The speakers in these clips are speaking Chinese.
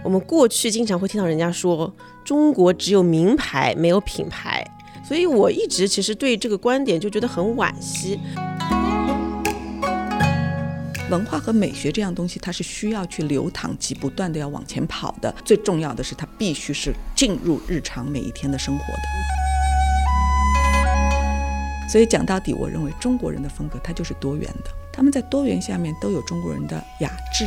我们过去经常会听到人家说中国只有名牌没有品牌，所以我一直其实对这个观点就觉得很惋惜。 文化和美学这样东西它是需要去流淌及不断的要往前跑的，最重要的是它必须是进入日常每一天的生活的。所以讲到底，我认为中国人的风格它就是多元的，他们在多元下面都有中国人的雅致。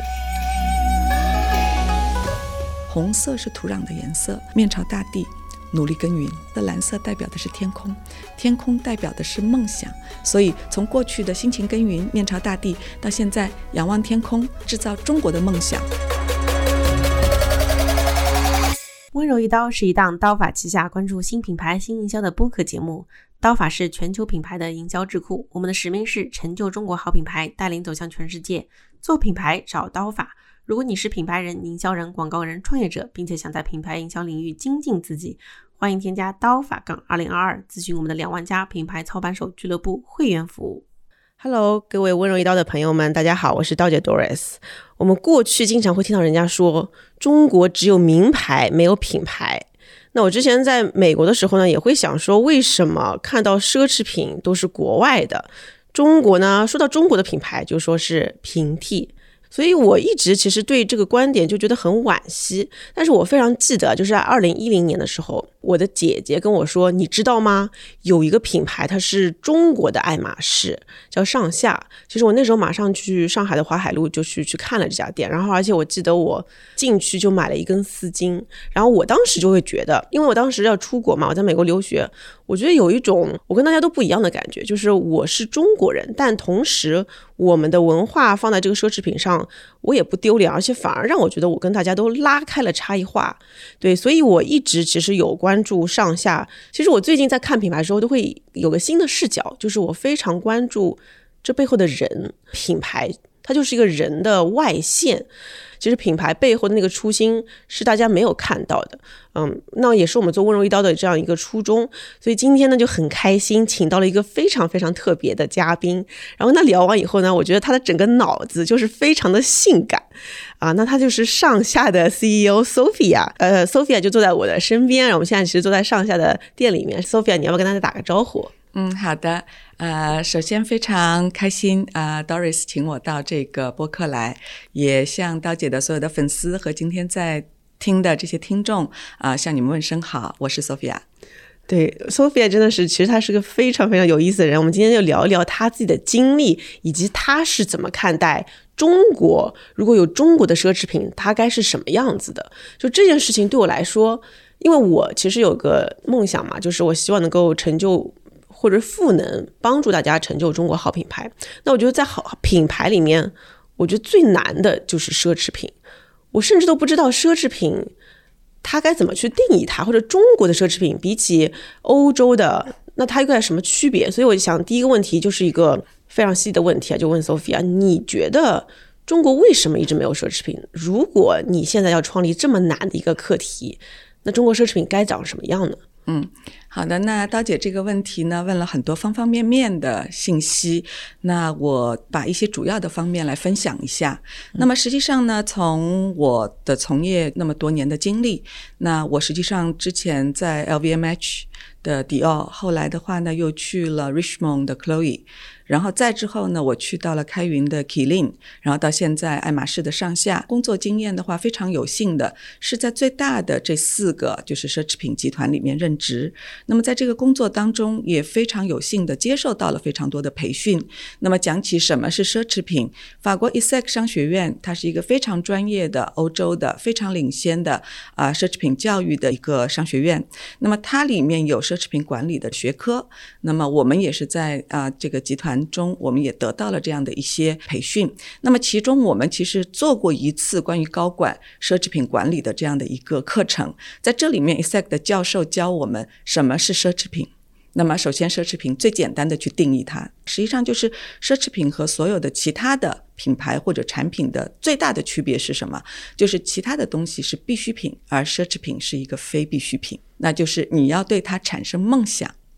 红色是土壤的颜色，面朝大地，努力耕耘。蓝色代表的是天空，天空代表的是梦想。所以从过去的辛勤耕耘，面朝大地，到现在仰望天空，制造中国的梦想。 温柔一刀是一档刀法旗下关注新品牌新营销的播客节目。刀法是全球品牌的营销智库，我们的使命是成就中国好品牌，带领走向全世界。做品牌找刀法。如果你是品牌人、营销人、广告人、创业者，并且想在品牌营销领域精进自己，欢迎添加刀法杠2022咨询我们的2万家品牌操盘手俱乐部会员服务。 Hello， 各位温柔一刀的朋友们，大家好，我是刀姐 Doris。我们过去经常会听到人家说中国只有名牌没有品牌。那我之前在美国的时候呢，也会想说为什么看到奢侈品都是国外的，中国呢，说到中国的品牌就说是平替。所以我一直其实对这个观点就觉得很惋惜。但是我非常记得就是在2010年的时候，我的姐姐跟我说，你知道吗，有一个品牌它是中国的爱马仕，叫上下。其实我那时候马上去上海的淮海路就去看了这家店，然后而且我记得我进去就买了一根丝巾。然后我当时就会觉得，因为我当时要出国嘛，我在美国留学，我觉得有一种我跟大家都不一样的感觉，就是我是中国人，但同时我们的文化放在这个奢侈品上我也不丢脸，而且反而让我觉得我跟大家都拉开了差异化。对，所以我一直其实有关注上下。其实我最近在看品牌的时候都会有个新的视角，就是我非常关注这背后的人。品牌它就是一个人的外现，其实品牌背后的那个初心是大家没有看到的。那也是我们做温柔一刀的这样一个初衷。所以今天呢就很开心请到了一个非常非常特别的嘉宾。然后那聊完以后呢，我觉得他的整个脑子就是非常的性感那他就是上下的 CEO Sophia。Sophia 就坐在我的身边，我们现在其实坐在上下的店里面。Sophia， 你要不要跟大家打个招呼？ 好的。首先非常开心Doris 请我到这个播客来，也向刀姐的所有的粉丝和今天在听的这些听众向你们问声好，我是 Sophia。 对， Sophia 真的是，其实她是个非常非常有意思的人。我们今天就聊一聊她自己的经历，以及她是怎么看待中国，如果有中国的奢侈品它该是什么样子的。就这件事情对我来说，因为我其实有个梦想嘛，就是我希望能够成就或者赋能帮助大家成就中国好品牌。那我觉得在好品牌里面，我觉得最难的就是奢侈品。我甚至都不知道奢侈品它该怎么去定义它，或者中国的奢侈品比起欧洲的那它又该有什么区别。所以我想第一个问题就是一个非常细的问题就问 Sophia， 你觉得中国为什么一直没有奢侈品？如果你现在要创立这么难的一个课题，那中国奢侈品该长什么样呢？ 好的，那刀姐这个问题呢问了很多方方面面的信息，那我把一些主要的方面来分享一下。那么实际上呢，从我的从业那么多年的经历，那我实际上之前在 LVMH 的迪奥，后来的话呢又去了 Richemont 的 Chloe，然后再之后呢我去到了开云的 Qeelin， 然后到现在爱马仕的上下。工作经验的话非常有幸的是在最大的这4个就是奢侈品集团里面任职。那么在这个工作当中也非常有幸的接受到了非常多的培训。那么讲起什么是奢侈品，法国 ESSEC 商学院它是一个非常专业的欧洲的非常领先的奢侈品教育的一个商学院。那么它里面有奢侈品管理的学科，那么我们也是在这个集团中我们也得到了这样的一些培训。那么其中我们其实做过一次关于高管奢侈品管理的这样的一个课程，在这里面 ESSEC 的教授教我们什么是奢侈品。那么首先奢侈品最简单的去定义它，实际上就是奢侈品和所有的其他的品牌或者产品的最大的区别是什么？就是其他的东西是必需品，而奢侈品是一个非必需品。那就是你要对它产生梦想，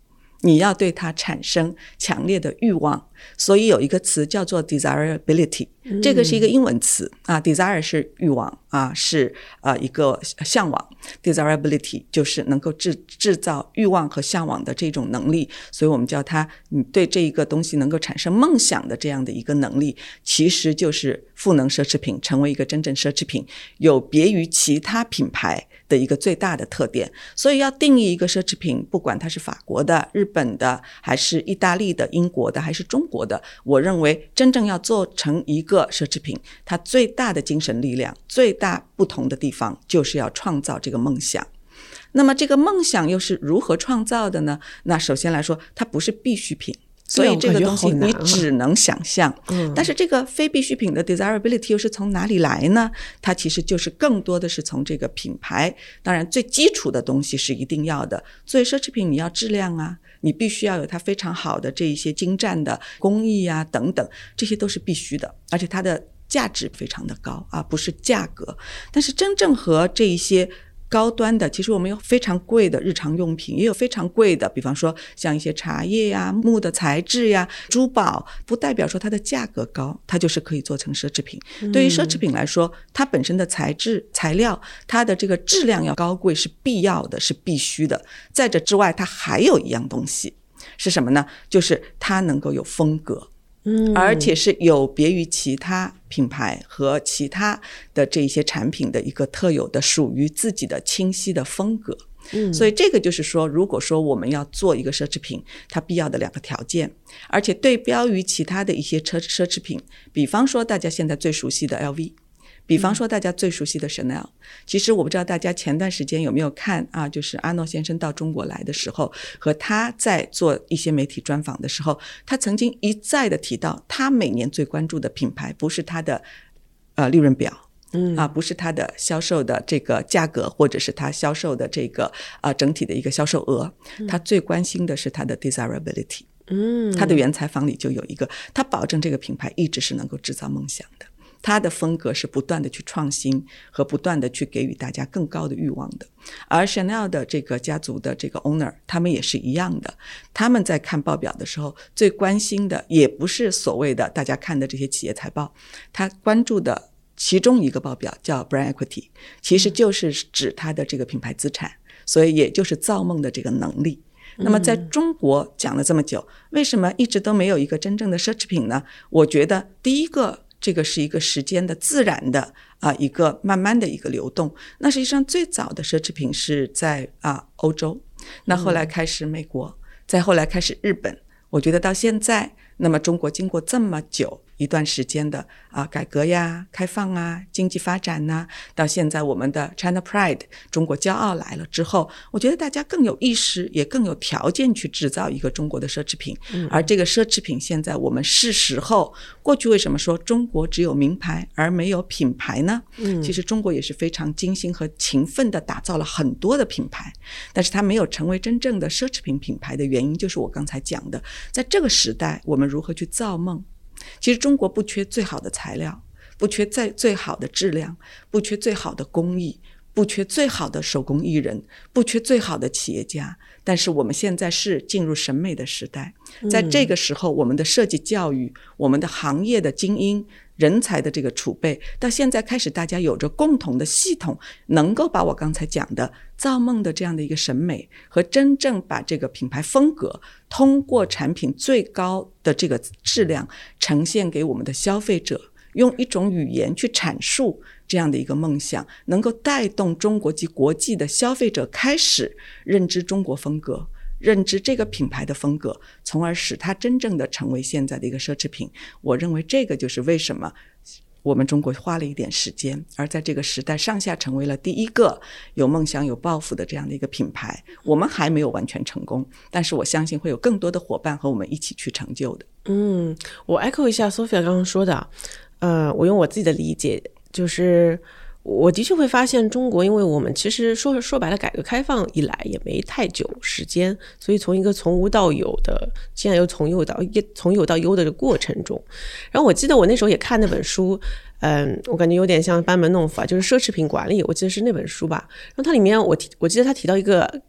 你要对它产生强烈的欲望，所以有一个词叫做 desirability，这个是一个英文词啊 ，desire 是欲望啊，是一个向往 ，desirability 就是能够制造欲望和向往的这种能力，所以我们叫它你对这一个东西能够产生梦想的这样的一个能力，其实就是赋能奢侈品成为一个真正奢侈品有别于其他品牌的一个最大的特点。所以要定义一个奢侈品，不管它是法国的、日本的，还是意大利的、英国的，还是中国的，我认为真正要做成一个奢侈品，它最大的精神力量、最大不同的地方就是要创造这个梦想。那么这个梦想又是如何创造的呢？那首先来说，它不是必需品，所以这个东西你只能想象。但是这个非必需品的 desirability 又是从哪里来呢？它其实就是更多的是从这个品牌，当然最基础的东西是一定要的，作为奢侈品你要质量啊，你必须要有它非常好的这一些精湛的工艺啊等等，这些都是必须的，而且它的价值非常的高啊，不是价格。但是真正和这一些高端的，其实我们有非常贵的日常用品，也有非常贵的，比方说像一些茶叶呀、木的材质呀、珠宝，不代表说它的价格高，它就是可以做成奢侈品。对于奢侈品来说，它本身的材质、材料，它的这个质量要高贵是必要的，是必须的。在这之外，它还有一样东西是什么呢？就是它能够有风格。而且是有别于其他品牌和其他的这些产品的一个特有的属于自己的清晰的风格。所以这个就是说，如果说我们要做一个奢侈品，它必要的两个条件，而且对标于其他的一些奢侈品，比方说大家现在最熟悉的 LV，比方说大家最熟悉的 Chanel， 其实我不知道大家前段时间有没有看啊，就是阿诺先生到中国来的时候，和他在做一些媒体专访的时候，他曾经一再的提到，他每年最关注的品牌不是他的利润表，不是他的销售的这个价格，或者是他销售的这个整体的一个销售额，他最关心的是他的 desirability。他的原材坊里就有一个，他保证这个品牌一直是能够制造梦想的。他的风格是不断的去创新和不断的去给予大家更高的欲望的。而 Chanel 的这个家族的这个 owner 他们也是一样的，他们在看报表的时候最关心的也不是所谓的大家看的这些企业财报，他关注的其中一个报表叫 brand equity， 其实就是指他的这个品牌资产，所以也就是造梦的这个能力。那么在中国讲了这么久，为什么一直都没有一个真正的奢侈品呢？我觉得第一个，这个是一个时间的自然的一个慢慢的一个流动。那实际上最早的奢侈品是在欧洲，那后来开始美国，再后来开始日本。我觉得到现在，那么中国经过这么久一段时间的改革呀、开放啊、经济发展啊，到现在我们的 China Pride 中国骄傲来了之后，我觉得大家更有意识，也更有条件去制造一个中国的奢侈品。而这个奢侈品现在我们是时候，过去为什么说中国只有名牌而没有品牌呢？其实中国也是非常精心和勤奋的打造了很多的品牌，但是它没有成为真正的奢侈品品牌的原因，就是我刚才讲的，在这个时代我们如何去造梦。其实中国不缺最好的材料，不缺最好的质量，不缺最好的工艺，不缺最好的手工艺人，不缺最好的企业家，但是我们现在是进入审美的时代，在这个时候我们的设计教育，我们的行业的精英人才的这个储备，到现在开始大家有着共同的系统，能够把我刚才讲的造梦的这样的一个审美和真正把这个品牌风格通过产品最高的这个质量呈现给我们的消费者，用一种语言去阐述这样的一个梦想，能够带动中国及国际的消费者开始认知中国风格，认知这个品牌的风格，从而使它真正的成为现在的一个奢侈品。我认为这个就是为什么我们中国花了一点时间，而在这个时代上下成为了第一个有梦想有抱负的这样的一个品牌。我们还没有完全成功，但是我相信会有更多的伙伴和我们一起去成就的。 我 echo 一下 Sophia 刚刚说的，我用我自己的理解，就是我的确会发现中国，因为我们其实说白了，改革开放以来也没太久时间，所以从一个从无到有的，现在又从有到优的这个过程中，然后我记得我那时候也看那本书，我感觉有点像班门弄斧就是奢侈品管理，我记得是那本书吧。然后它里面我记得他提到一个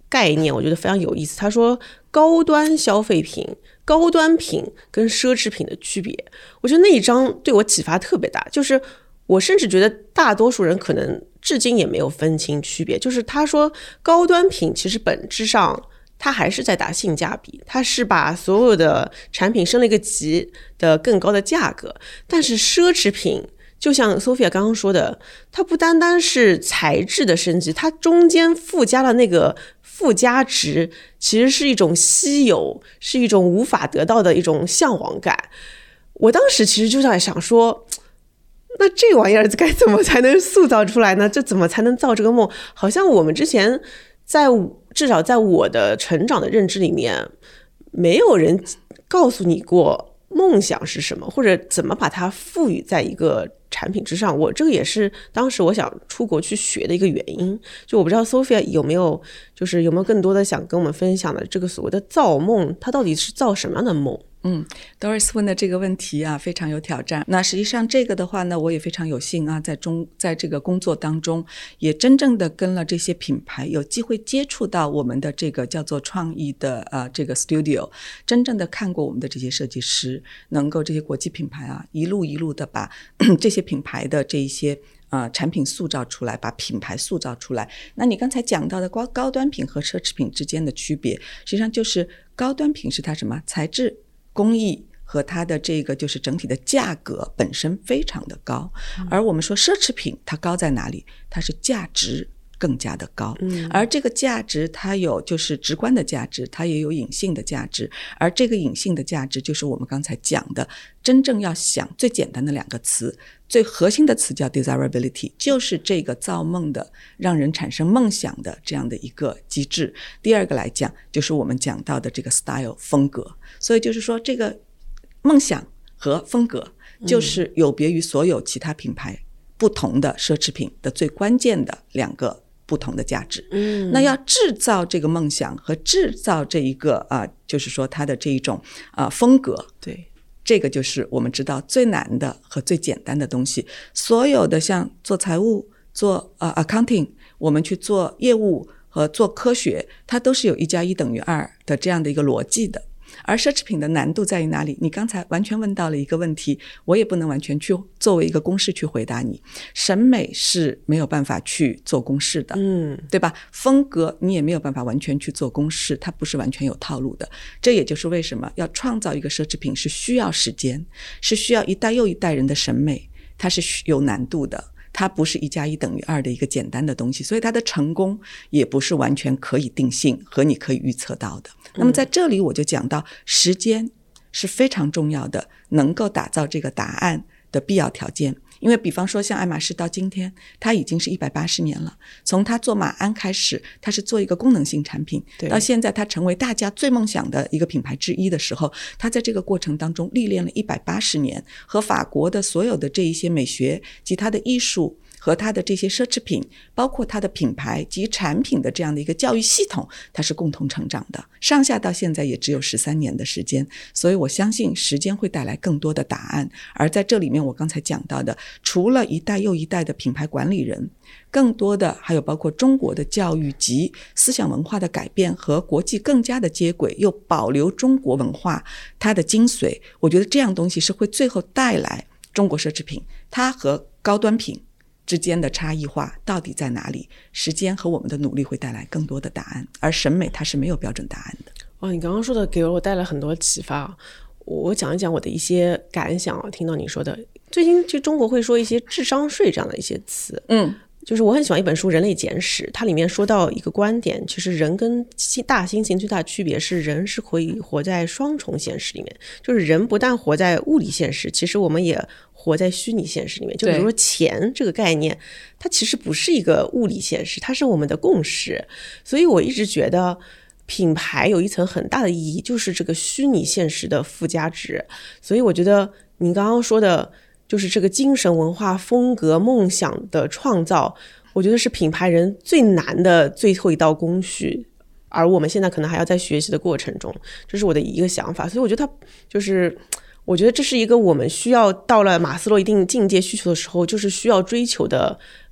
概念，我觉得非常有意思。他说高端消费品、高端品跟奢侈品的区别，我觉得那一章对我启发特别大，就是我甚至觉得大多数人可能至今也没有分清区别。就是他说高端品其实本质上它还是在打性价比，它是把所有的产品升了一个级的更高的价格。但是奢侈品就像 Sophia 刚刚说的，它不单单是材质的升级，它中间附加了那个附加值，其实是一种稀有，是一种无法得到的一种向往感。我当时其实就在想说，那这玩意儿该怎么才能塑造出来呢？这怎么才能造这个梦？好像我们之前至少在我的成长的认知里面，没有人告诉你过梦想是什么，或者怎么把它赋予在一个产品之上。这个也是当时我想出国去学的一个原因。就我不知道 Sophia 有没有更多的想跟我们分享的这个所谓的造梦，它到底是造什么样的梦 ？Doris 问的这个问题啊，非常有挑战。那实际上这个的话呢，我也非常有幸啊，在这个工作当中，也真正的跟了这些品牌有机会接触到我们的这个叫做创意的这个 studio， 真正的看过我们的这些设计师，能够这些国际品牌啊，一路一路的把这些品牌的这一些产品塑造出来，把品牌塑造出来。那你刚才讲到的高端品和奢侈品之间的区别，实际上就是高端品是它什么材质、工艺和它的这个就是整体的价格本身非常的高，而我们说奢侈品它高在哪里？它是价值更加的高，而这个价值它有就是直观的价值，它也有隐性的价值，而这个隐性的价值就是我们刚才讲的，真正要想最简单的两个词，最核心的词叫 desirability， 就是这个造梦的让人产生梦想的这样的一个机制。第二个来讲就是我们讲到的这个 style 风格，所以就是说这个梦想和风格就是有别于所有其他品牌不同的奢侈品的最关键的两个不同的价值。那要制造这个梦想和制造这一个就是说它的这一种风格， 对， 这个就是我们知道最难的和最简单的东西。所有的像做财务、做accounting， 我们去做业务和做科学，它都是有1+1=2的这样的一个逻辑的。而奢侈品的难度在于哪里？你刚才完全问到了一个问题，我也不能完全去作为一个公式去回答你。审美是没有办法去做公式的，对吧？风格你也没有办法完全去做公式，它不是完全有套路的。这也就是为什么要创造一个奢侈品是需要时间，是需要一代又一代人的审美，它是有难度的。它不是1+1=2的一个简单的东西，所以它的成功也不是完全可以定性和你可以预测到的。那么在这里我就讲到时间是非常重要的，能够打造这个答案的必要条件。因为比方说像爱马仕到今天它已经是180年了，从它做马鞍开始，它是做一个功能性产品，到现在它成为大家最梦想的一个品牌之一的时候，它在这个过程当中历练了180年，和法国的所有的这一些美学及它的艺术和它的这些奢侈品，包括它的品牌及产品的这样的一个教育系统，它是共同成长的，上下到现在也只有13年的时间。所以我相信时间会带来更多的答案。而在这里面我刚才讲到的，除了一代又一代的品牌管理人，更多的还有包括中国的教育及思想文化的改变和国际更加的接轨，又保留中国文化它的精髓。我觉得这样东西是会最后带来中国奢侈品它和高端品之间的差异化到底在哪里？时间和我们的努力会带来更多的答案，而审美它是没有标准答案的。 你刚刚说的给我带来很多启发。我讲一讲我的一些感想听到你说的，最近就中国会说一些智商税这样的一些词。就是我很喜欢一本书《人类简史》，它里面说到一个观点，其实人跟大猩猩最大的区别是人是可以活在双重现实里面，就是人不但活在物理现实，其实我们也活在虚拟现实里面。就比如说钱这个概念，它其实不是一个物理现实，它是我们的共识。所以我一直觉得品牌有一层很大的意义，就是这个虚拟现实的附加值。所以我觉得你刚刚说的就是这个精神文化风格梦想的创造，我觉得是品牌人最难的最后一道工序，而我们现在可能还要在学习的过程中，这是我的一个想法。所以我觉得我觉得这是一个我们需要到了马斯洛一定境界需求的时候，就是需要追求的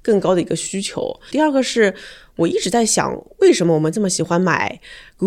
更高的一个需求。第二个是我一直在想，为什么我们这么喜欢买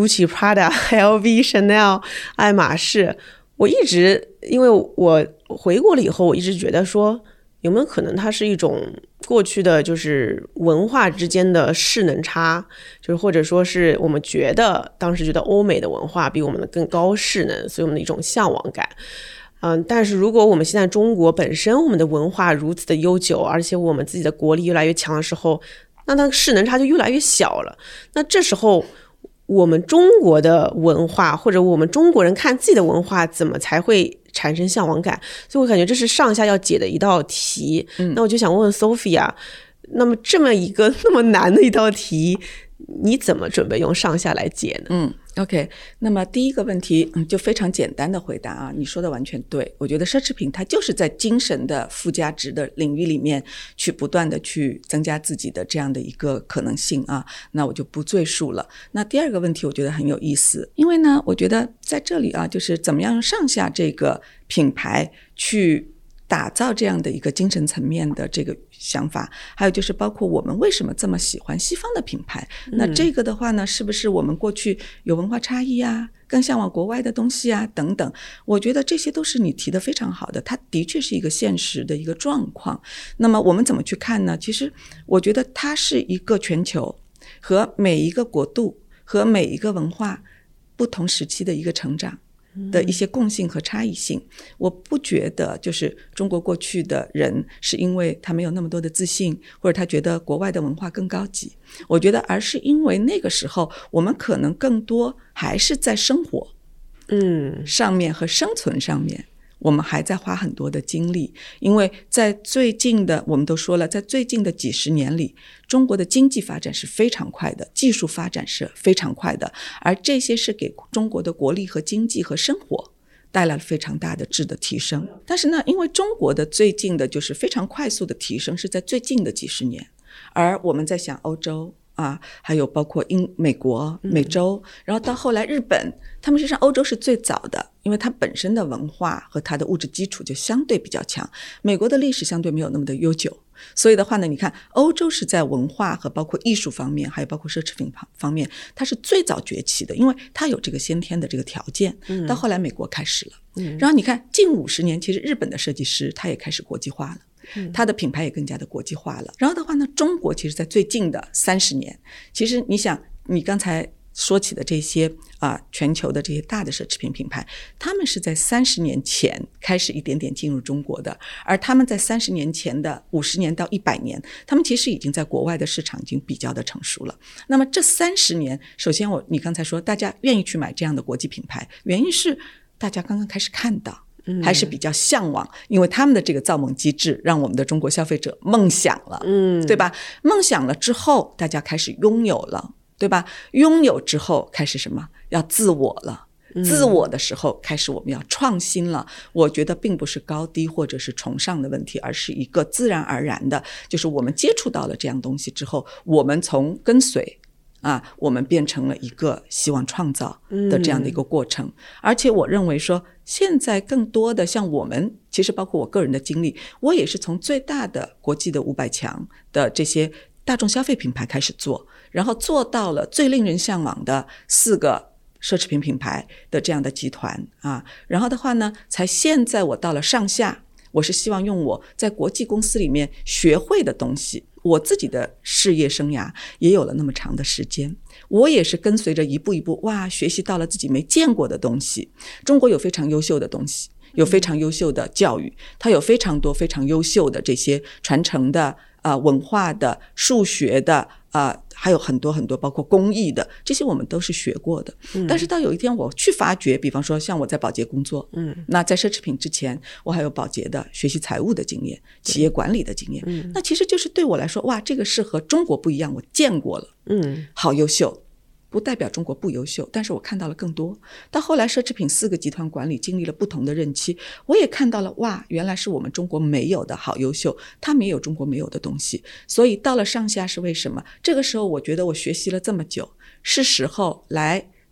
Gucci、Prada、LV、Chanel、爱马仕。我一直因为我回国了以后，我一直觉得说，有没有可能它是一种过去的就是文化之间的势能差，就是或者说是我们当时觉得欧美的文化比我们的更高势能，所以我们的一种向往感。但是如果我们现在中国本身我们的文化如此的悠久，而且我们自己的国力越来越强的时候，那个势能差就越来越小了。那这时候我们中国的文化，或者我们中国人看自己的文化，怎么才会产生向往感？所以我感觉这是上下要解的一道题。那我就想问问 Sophia， 那么这么一个那么难的一道题，你怎么准备用上下来解呢 ？OK， 那么第一个问题就非常简单的回答啊，你说的完全对。我觉得奢侈品它就是在精神的附加值的领域里面去不断的去增加自己的这样的一个可能性啊，那我就不赘述了。那第二个问题我觉得很有意思，因为呢，我觉得在这里啊，就是怎么样用上下这个品牌去打造这样的一个精神层面的这个想法，还有就是包括我们为什么这么喜欢西方的品牌。那这个的话呢，是不是我们过去有文化差异啊，更向往国外的东西啊等等，我觉得这些都是你提的非常好的，它的确是一个现实的一个状况。那么我们怎么去看呢？其实我觉得它是一个全球和每一个国度和每一个文化不同时期的一个成长的一些共性和差异性。我不觉得就是中国过去的人是因为他没有那么多的自信，或者他觉得国外的文化更高级，我觉得而是因为那个时候我们可能更多还是在生活上面和生存上面我们还在花很多的精力。因为在最近的我们都说了，在最近的几十年里，中国的经济发展是非常快的，技术发展是非常快的，而这些是给中国的国力和经济和生活带来了非常大的质的提升。但是呢，因为中国的最近的就是非常快速的提升是在最近的几十年，而我们在想欧洲还有包括美国、美洲，然后到后来日本，他们实际上欧洲是最早的，因为它本身的文化和它的物质基础就相对比较强，美国的历史相对没有那么的悠久，所以的话呢，你看欧洲是在文化和包括艺术方面，还有包括奢侈品方面，它是最早崛起的，因为它有这个先天的这个条件。到后来美国开始了，然后你看近50年，其实日本的设计师他也开始国际化了，它的品牌也更加的国际化了。然后的话呢，中国其实在最近的30年，其实你想你刚才说起的这些全球的这些大的奢侈品品牌，他们是在30年前开始一点点进入中国的，而他们在30年前的50年到100年，他们其实已经在国外的市场已经比较的成熟了。那么这30年，首先你刚才说大家愿意去买这样的国际品牌，原因是大家刚刚开始看到，还是比较向往，因为他们的这个造梦机制让我们的中国消费者梦想了，对吧？梦想了之后，大家开始拥有了，对吧？拥有之后开始什么？要自我了。自我的时候开始我们要创新了。我觉得并不是高低或者是崇尚的问题，而是一个自然而然的，就是我们接触到了这样东西之后，我们从跟随我们变成了一个希望创造的这样的一个过程。而且我认为说现在更多的像我们，其实包括我个人的经历，我也是从最大的国际的500强的这些大众消费品牌开始做，然后做到了最令人向往的4个奢侈品品牌的这样的集团然后的话呢，才现在我到了上下，我是希望用我在国际公司里面学会的东西，我自己的事业生涯也有了那么长的时间，我也是跟随着一步一步学习到了自己没见过的东西。中国有非常优秀的东西，有非常优秀的教育，它有非常多非常优秀的这些传承的文化的、数学的还有很多很多包括工艺的，这些我们都是学过的。但是到有一天我去发掘，比方说像我在宝洁工作，那在奢侈品之前我还有宝洁的学习财务的经验、企业管理的经验，那其实就是对我来说，这个是和中国不一样，我见过了，好优秀，不代表中国不优秀，但是我看到了更多。到后来奢侈品4个集团管理经历了不同的任期，我也看到了原来是我们中国没有的好优秀，他们也有中国没有的东西。所以到了上下是为什么？这个时候我觉得我学习了这么久，是时候来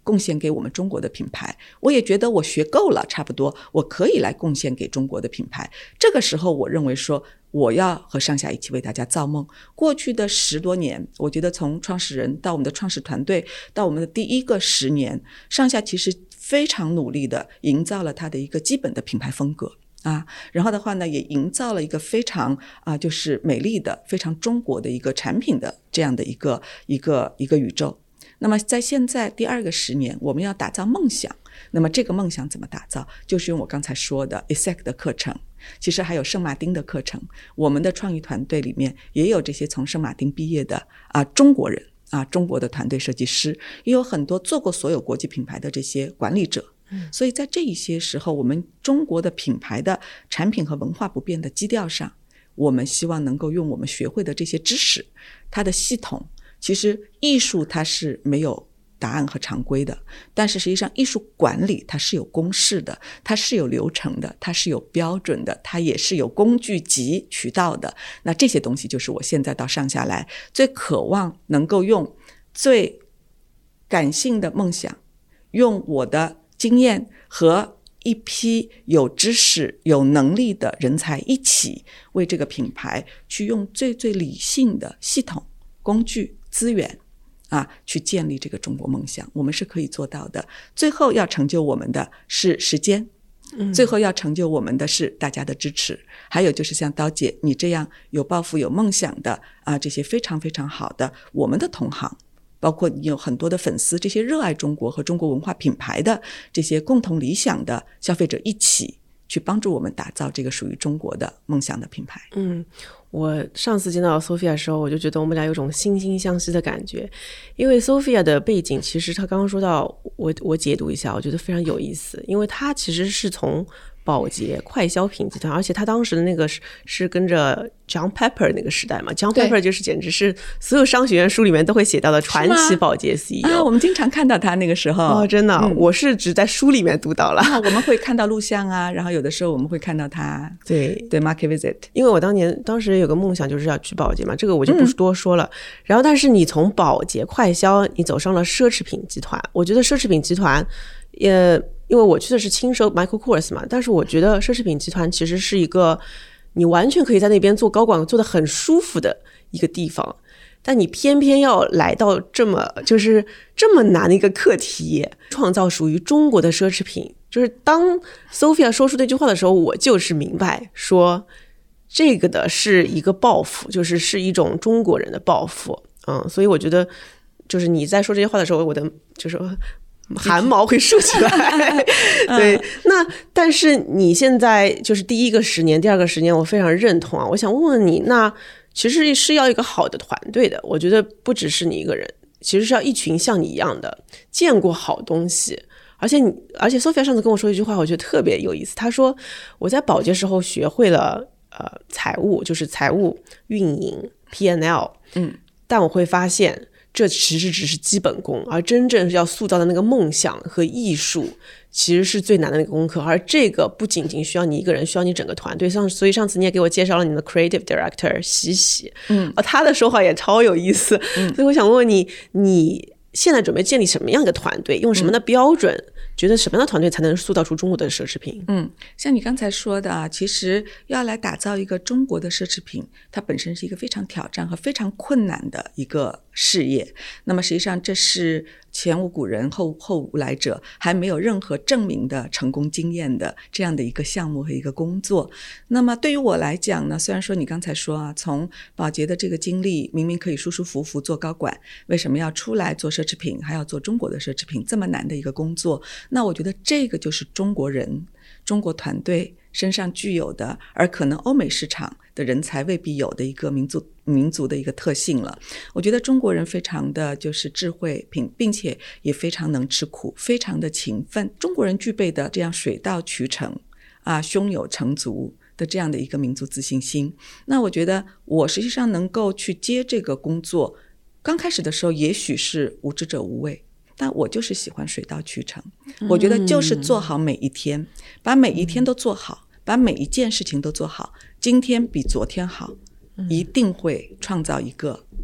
贡献给我们中国的品牌，我也觉得我学够了，差不多我可以来贡献给中国的品牌。这个时候我认为说我要和上下一起为大家造梦。过去的10多年，我觉得从创始人到我们的创始团队到我们的第一个10年，上下其实非常努力的营造了它的一个基本的品牌风格然后的话呢，也营造了一个非常就是美丽的非常中国的一个产品的这样的一个宇宙。那么在现在第2个10年，我们要打造梦想。那么这个梦想怎么打造？就是用我刚才说的 ESSEC 的课程，其实还有圣马丁的课程。我们的创意团队里面也有这些从圣马丁毕业的中国人中国的团队设计师，也有很多做过所有国际品牌的这些管理者。所以在这一些时候，我们中国的品牌的产品和文化不变的基调上，我们希望能够用我们学会的这些知识，它的系统，其实艺术它是没有答案和常规的，但是实际上艺术管理它是有公式的，它是有流程的，它是有标准的，它也是有工具及渠道的。那这些东西就是我现在到上下来最渴望能够用最感性的梦想，用我的经验和一批有知识有能力的人才一起为这个品牌去用最理性的系统工具资源去建立这个中国梦想。我们是可以做到的。最后要成就我们的是时间，最后要成就我们的是大家的支持，还有就是像刀姐你这样有抱负有梦想的这些非常非常好的我们的同行，包括你有很多的粉丝，这些热爱中国和中国文化品牌的这些共同理想的消费者一起去帮助我们打造这个属于中国的梦想的品牌。 我上次见到 Sophia 的时候，我就觉得我们俩有种惺惺相惜的感觉，因为 Sophia 的背景其实她刚刚说到，我解读一下，我觉得非常有意思，因为她其实是从宝洁快消品集团，而且他当时的那个是跟着 John Pepper 那个时代嘛。John Pepper 就是简直是所有商学院书里面都会写到的传奇宝洁 CEO 我们经常看到他那个时候真的我是只在书里面读到了我们会看到录像然后有的时候我们会看到他对 market visit。 因为我当时有个梦想就是要去宝洁嘛，这个我就不多说了然后但是你从宝洁快消你走上了奢侈品集团，我觉得奢侈品集团因为我去的是轻奢 Michael Kors 嘛，但是我觉得奢侈品集团其实是一个你完全可以在那边做高管做得很舒服的一个地方，但你偏偏要来到这么难的一个课题，创造属于中国的奢侈品。就是当 Sophia 说出这句话的时候，我就是明白说这个的是一个抱负，是一种中国人的抱负所以我觉得就是你在说这些话的时候，我的就是汗毛会竖起来对，那但是你现在就是第1个10年第2个10年我非常认同我想问问你，那其实是要一个好的团队的，我觉得不只是你一个人，其实是要一群像你一样的见过好东西。而且 Sophia 上次跟我说一句话我觉得特别有意思，她说我在宝洁时候学会了财务，就是财务运营 P&L 但我会发现这其实只是基本功，而真正要塑造的那个梦想和艺术其实是最难的那个功课，而这个不仅仅需要你一个人，需要你整个团队。所以上次你也给我介绍了你的 creative director 喜喜他的说话也超有意思所以我想问问你，你现在准备建立什么样的团队，用什么的标准觉得什么样的团队才能塑造出中国的奢侈品？ 像你刚才说的其实要来打造一个中国的奢侈品，它本身是一个非常挑战和非常困难的一个事业。那么实际上这是前无古人后无来者，还没有任何证明的成功经验的这样的一个项目和一个工作。那么对于我来讲呢，虽然说你刚才说从宝洁的这个经历明明可以舒舒服服做高管，为什么要出来做奢侈品，还要做中国的奢侈品，这么难的一个工作，那我觉得这个就是中国人中国团队身上具有的，而可能欧美市场的人才未必有的一个民族的一个特性了。我觉得中国人非常的就是智慧并且也非常能吃苦，非常的勤奋。中国人具备的这样水到渠成胸有成竹的这样的一个民族自信心。那我觉得我实际上能够去接这个工作，刚开始的时候也许是无知者无畏，但我就是喜欢水到渠成。我觉得就是做好每一天，把每一天都做好，把每一件事情都做好，今天比昨天好，一定会创造一个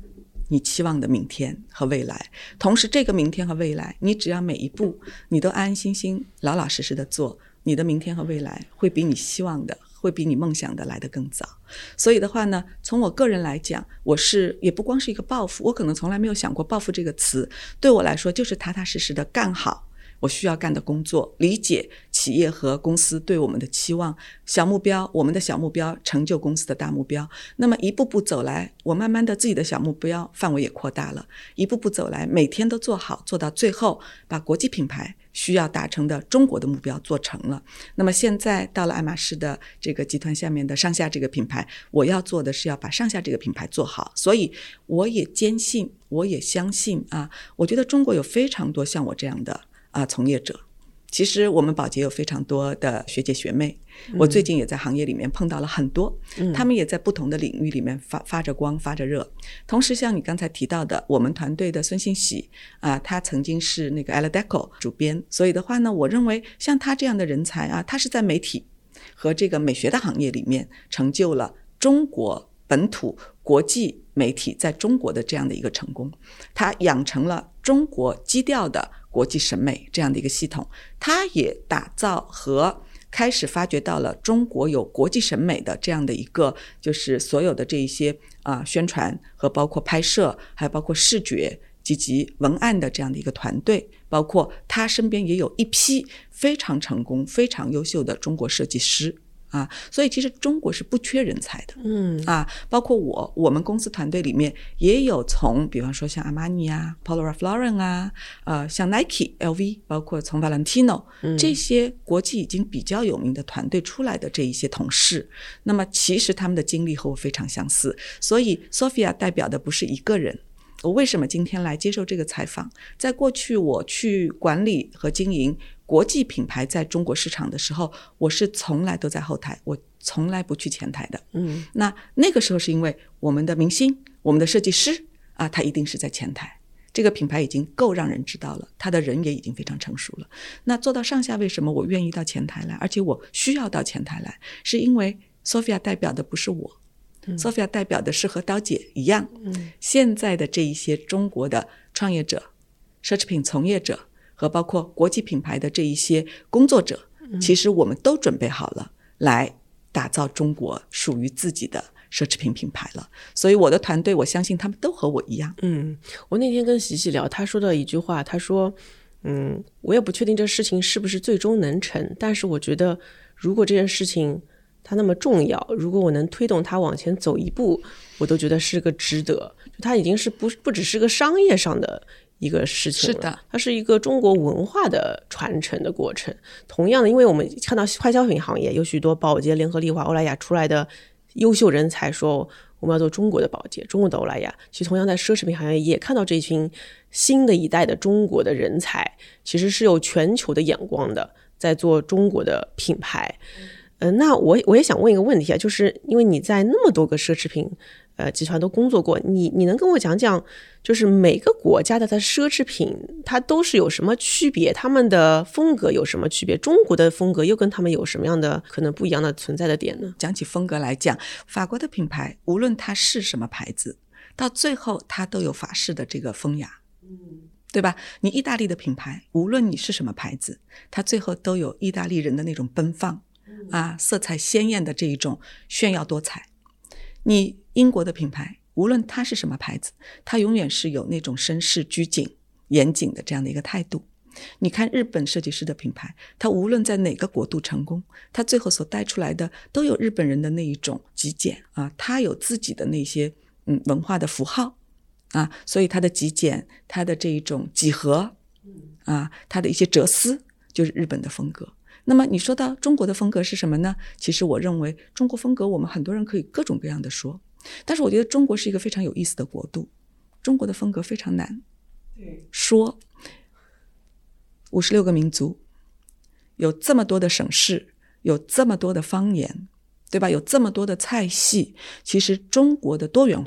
你期望的明天和未来。同时这个明天和未来，你只要每一步你都安安心心老老实实的做，你的明天和未来会比你希望的，会比你梦想的来得更早。所以的话呢，从我个人来讲，我也不光是一个抱负，我可能从来没有想过抱负这个词，对我来说就是踏踏实实的干好我需要干的工作，理解企业和公司对我们的期望，小目标，我们的小目标成就公司的大目标。那么一步步走来，我慢慢的自己的小目标范围也扩大了，一步步走来，每天都做好，做到最后把国际品牌需要达成的中国的目标做成了。那么现在到了爱马仕的这个集团下面的上下这个品牌，我要做的是要把上下这个品牌做好。所以我也坚信，我也相信我觉得中国有非常多像我这样的从业者。其实我们宝洁有非常多的学姐学妹，我最近也在行业里面碰到了很多，他们也在不同的领域里面发着光发着热。同时像你刚才提到的我们团队的孙欣喜他曾经是那个 Ella Deco 主编，所以的话呢，我认为像他这样的人才他是在媒体和这个美学的行业里面成就了中国本土国际媒体在中国的这样的一个成功，他养成了中国基调的国际审美这样的一个系统，他也打造和开始发掘到了中国有国际审美的这样的一个，就是所有的这一些宣传和包括拍摄，还有包括视觉及文案的这样的一个团队，包括他身边也有一批非常成功非常优秀的中国设计师所以其实中国是不缺人才的包括我们公司团队里面也有从比方说像阿玛尼Polo Ralph Lauren 像 Nike LV， 包括从 Valentino 这些国际已经比较有名的团队出来的这一些同事，那么其实他们的经历和我非常相似。所以 Sophia 代表的不是一个人。我为什么今天来接受这个采访？在过去我去管理和经营国际品牌在中国市场的时候，我是从来都在后台，我从来不去前台的。那个时候是因为我们的明星，我们的设计师他一定是在前台，这个品牌已经够让人知道了，他的人也已经非常成熟了。那做到上下，为什么我愿意到前台来，而且我需要到前台来，是因为 Sophia 代表的不是我，Sophia 代表的是和刀姐一样现在的这一些中国的创业者、奢侈品从业者和包括国际品牌的这一些工作者，其实我们都准备好了来打造中国属于自己的奢侈品品牌了。所以我的团队，我相信他们都和我一样。 我那天跟喜喜聊，他说的一句话，他说我也不确定这事情是不是最终能成，但是我觉得如果这件事情它那么重要，如果我能推动它往前走一步，我都觉得是个值得。就它已经是不只是个商业上的一个事情了， 是的， 它是一个中国文化的传承的过程。同样的，因为我们看到快消品行业有许多宝洁、联合利华、欧莱雅出来的优秀人才说我们要做中国的宝洁、中国的欧莱雅，其实同样在奢侈品行业也看到这群新的一代的中国的人才其实是有全球的眼光的，在做中国的品牌。那我也想问一个问题就是因为你在那么多个奢侈品集团都工作过，你能跟我讲讲，就是每个国家的奢侈品它都是有什么区别，他们的风格有什么区别，中国的风格又跟他们有什么样的可能不一样的存在的点呢？ 讲起风格来讲，法国的品牌无论它是什么牌子，到最后它都有法式的这个风雅对吧？你意大利的品牌无论你是什么牌子，它最后都有意大利人的那种奔放色彩鲜艳的这一种炫耀多彩。你英国的品牌无论它是什么牌子，它永远是有那种绅士拘谨严谨的这样的一个态度。你看日本设计师的品牌，它无论在哪个国度成功，它最后所带出来的都有日本人的那一种极简它有自己的那些文化的符号所以它的极简，它的这一种几何它的一些哲思就是日本的风格。那么你说到中国的风格是什么呢？其实我认为中国风格我们很多人可以各种各样的说，但是我觉得中国是一个非常有意思的国度，中国的风格非常难说。56个民族，有这么多的省市，有这么多的方言，对吧？有这么多的菜系，其实中国的多元化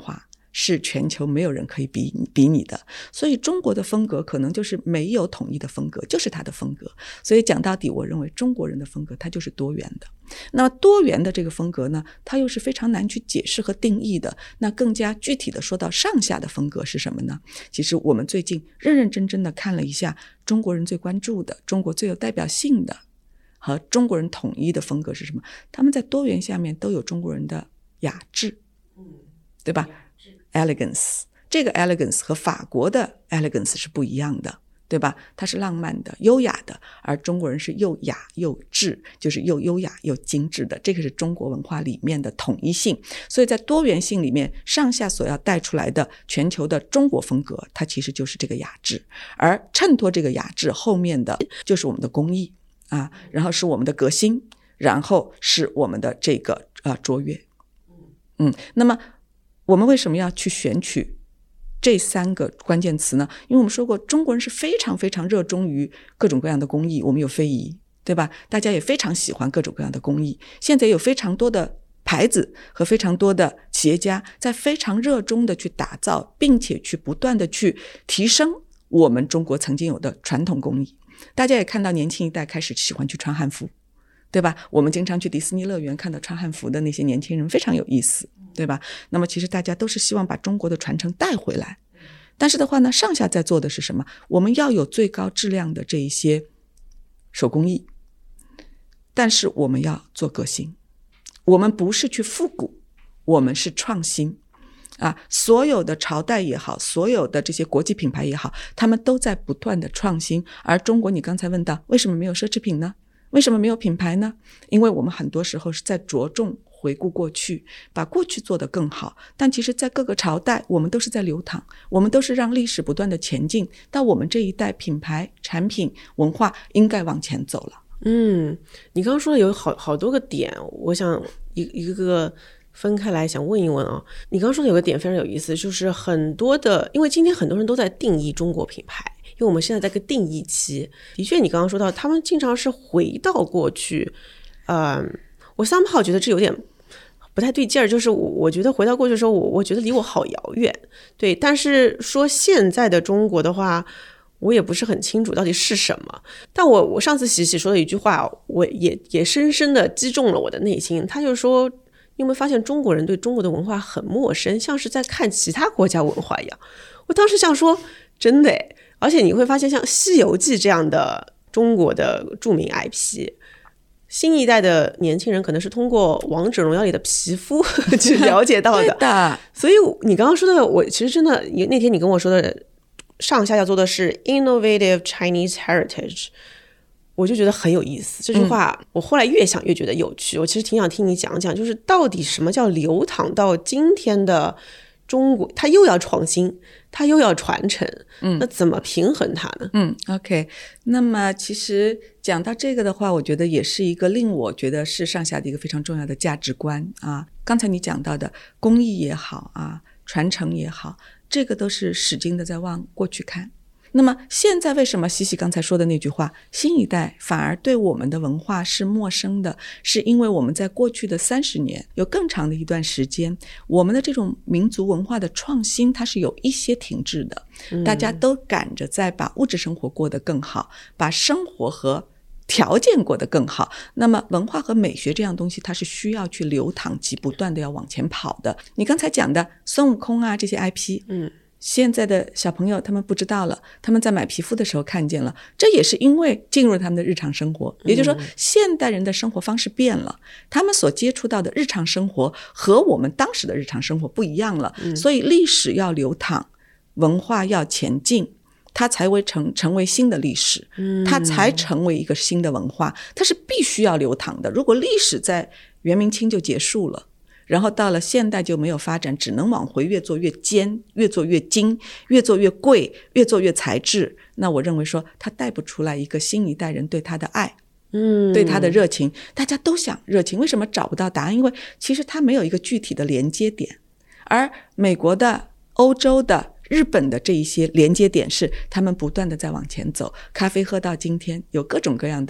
是全球没有人可以比拟的。所以中国的风格可能就是没有统一的风格，就是它的风格。所以讲到底，我认为中国人的风格它就是多元的。那么多元的这个风格呢，它又是非常难去解释和定义的。那更加具体的说到上下的风格是什么呢？其实我们最近认认真真的看了一下中国人最关注的、中国最有代表性的和中国人统一的风格是什么？他们在多元下面都有中国人的雅致，对吧？ elegance， 这个 elegance 和法国的 elegance 是不一样的，对吧？它是浪漫的、优雅的，而中国人是又雅又致，就是又优雅又精致的。这个是中国文化里面的统一性。所以在多元性里面，上下所要带出来的全球的中国风格，它其实就是这个雅致，而衬托这个雅致后面的就是我们的工艺啊，然后是我们的革新，然后是我们的这个卓越。那么我们为什么要去选取这3个关键词呢？因为我们说过，中国人是非常非常热衷于各种各样的工艺，我们有非遗，对吧？大家也非常喜欢各种各样的工艺，现在有非常多的牌子和非常多的企业家在非常热衷的去打造，并且去不断的去提升我们中国曾经有的传统工艺。大家也看到年轻一代开始喜欢去穿汉服，对吧？我们经常去迪士尼乐园看到穿汉服的那些年轻人非常有意思，对吧？那么其实大家都是希望把中国的传承带回来，但是的话呢，上下在做的是什么？我们要有最高质量的这一些手工艺，但是我们要做革新，我们不是去复古，我们是创新所有的朝代也好，所有的这些国际品牌也好，他们都在不断的创新。而中国，你刚才问到为什么没有奢侈品呢？为什么没有品牌呢？因为我们很多时候是在着重回顾过去，把过去做得更好，但其实在各个朝代我们都是在流淌，我们都是让历史不断的前进，到我们这一代品牌、产品、文化应该往前走了。 你刚刚说的有好多个点，我想一个个分开来想问一问啊。你刚刚说的有个点非常有意思，就是很多的，因为今天很多人都在定义中国品牌，因为我们现在在个定义期。的确你刚刚说到他们经常是回到过去，我somehow觉得这有点不太对劲儿，就是我觉得回到过去的时候，我觉得离我好遥远。对，但是说现在的中国的话，我也不是很清楚到底是什么。但我上次喜喜说的一句话，我也深深的击中了我的内心。他就说，你有没有发现中国人对中国的文化很陌生，像是在看其他国家文化一样。我当时想说真的耶，而且你会发现像《西游记》这样的中国的著名 IP，新一代的年轻人可能是通过王者荣耀里的皮肤去了解到的。 对的。 所以你刚刚说的，我其实真的那天你跟我说的上下要做的是 innovative Chinese heritage， 我就觉得很有意思。这句话我后来越想越觉得有趣，我其实挺想听你讲讲，就是到底什么叫流淌到今天的中国，它又要创新，它又要传承，那怎么平衡它呢 ？OK， 那么其实讲到这个的话，我觉得也是一个令我觉得是上下的一个非常重要的价值观啊。刚才你讲到的工艺也好传承也好，这个都是使劲的在往过去看。那么现在为什么西西刚才说的那句话，新一代反而对我们的文化是陌生的，是因为我们在过去的30年有更长的一段时间，我们的这种民族文化的创新它是有一些停滞的，大家都赶着在把物质生活过得更好，把生活和条件过得更好。那么文化和美学这样东西它是需要去流淌及不断的要往前跑的。你刚才讲的孙悟空这些 IP，现在的小朋友他们不知道了，他们在买皮肤的时候看见了，这也是因为进入他们的日常生活。也就是说现代人的生活方式变了，他们所接触到的日常生活和我们当时的日常生活不一样了，所以历史要流淌，文化要前进，它才会成为新的历史，它才成为一个新的文化，它是必须要流淌的。如果历史在元明清就结束了，然后到了现代就没有发展，只能往回越做越尖，越做越精，越做越贵，越做越材质，那我认为说它带不出来一个新一代人对它的爱，对它的热情。大家都想热情，为什么找不到答案？因为其实它没有一个具体的连接点，而美国的、欧洲的、日本的这一些连接点是他们不断的在往前走。咖啡喝到今天有各种各样的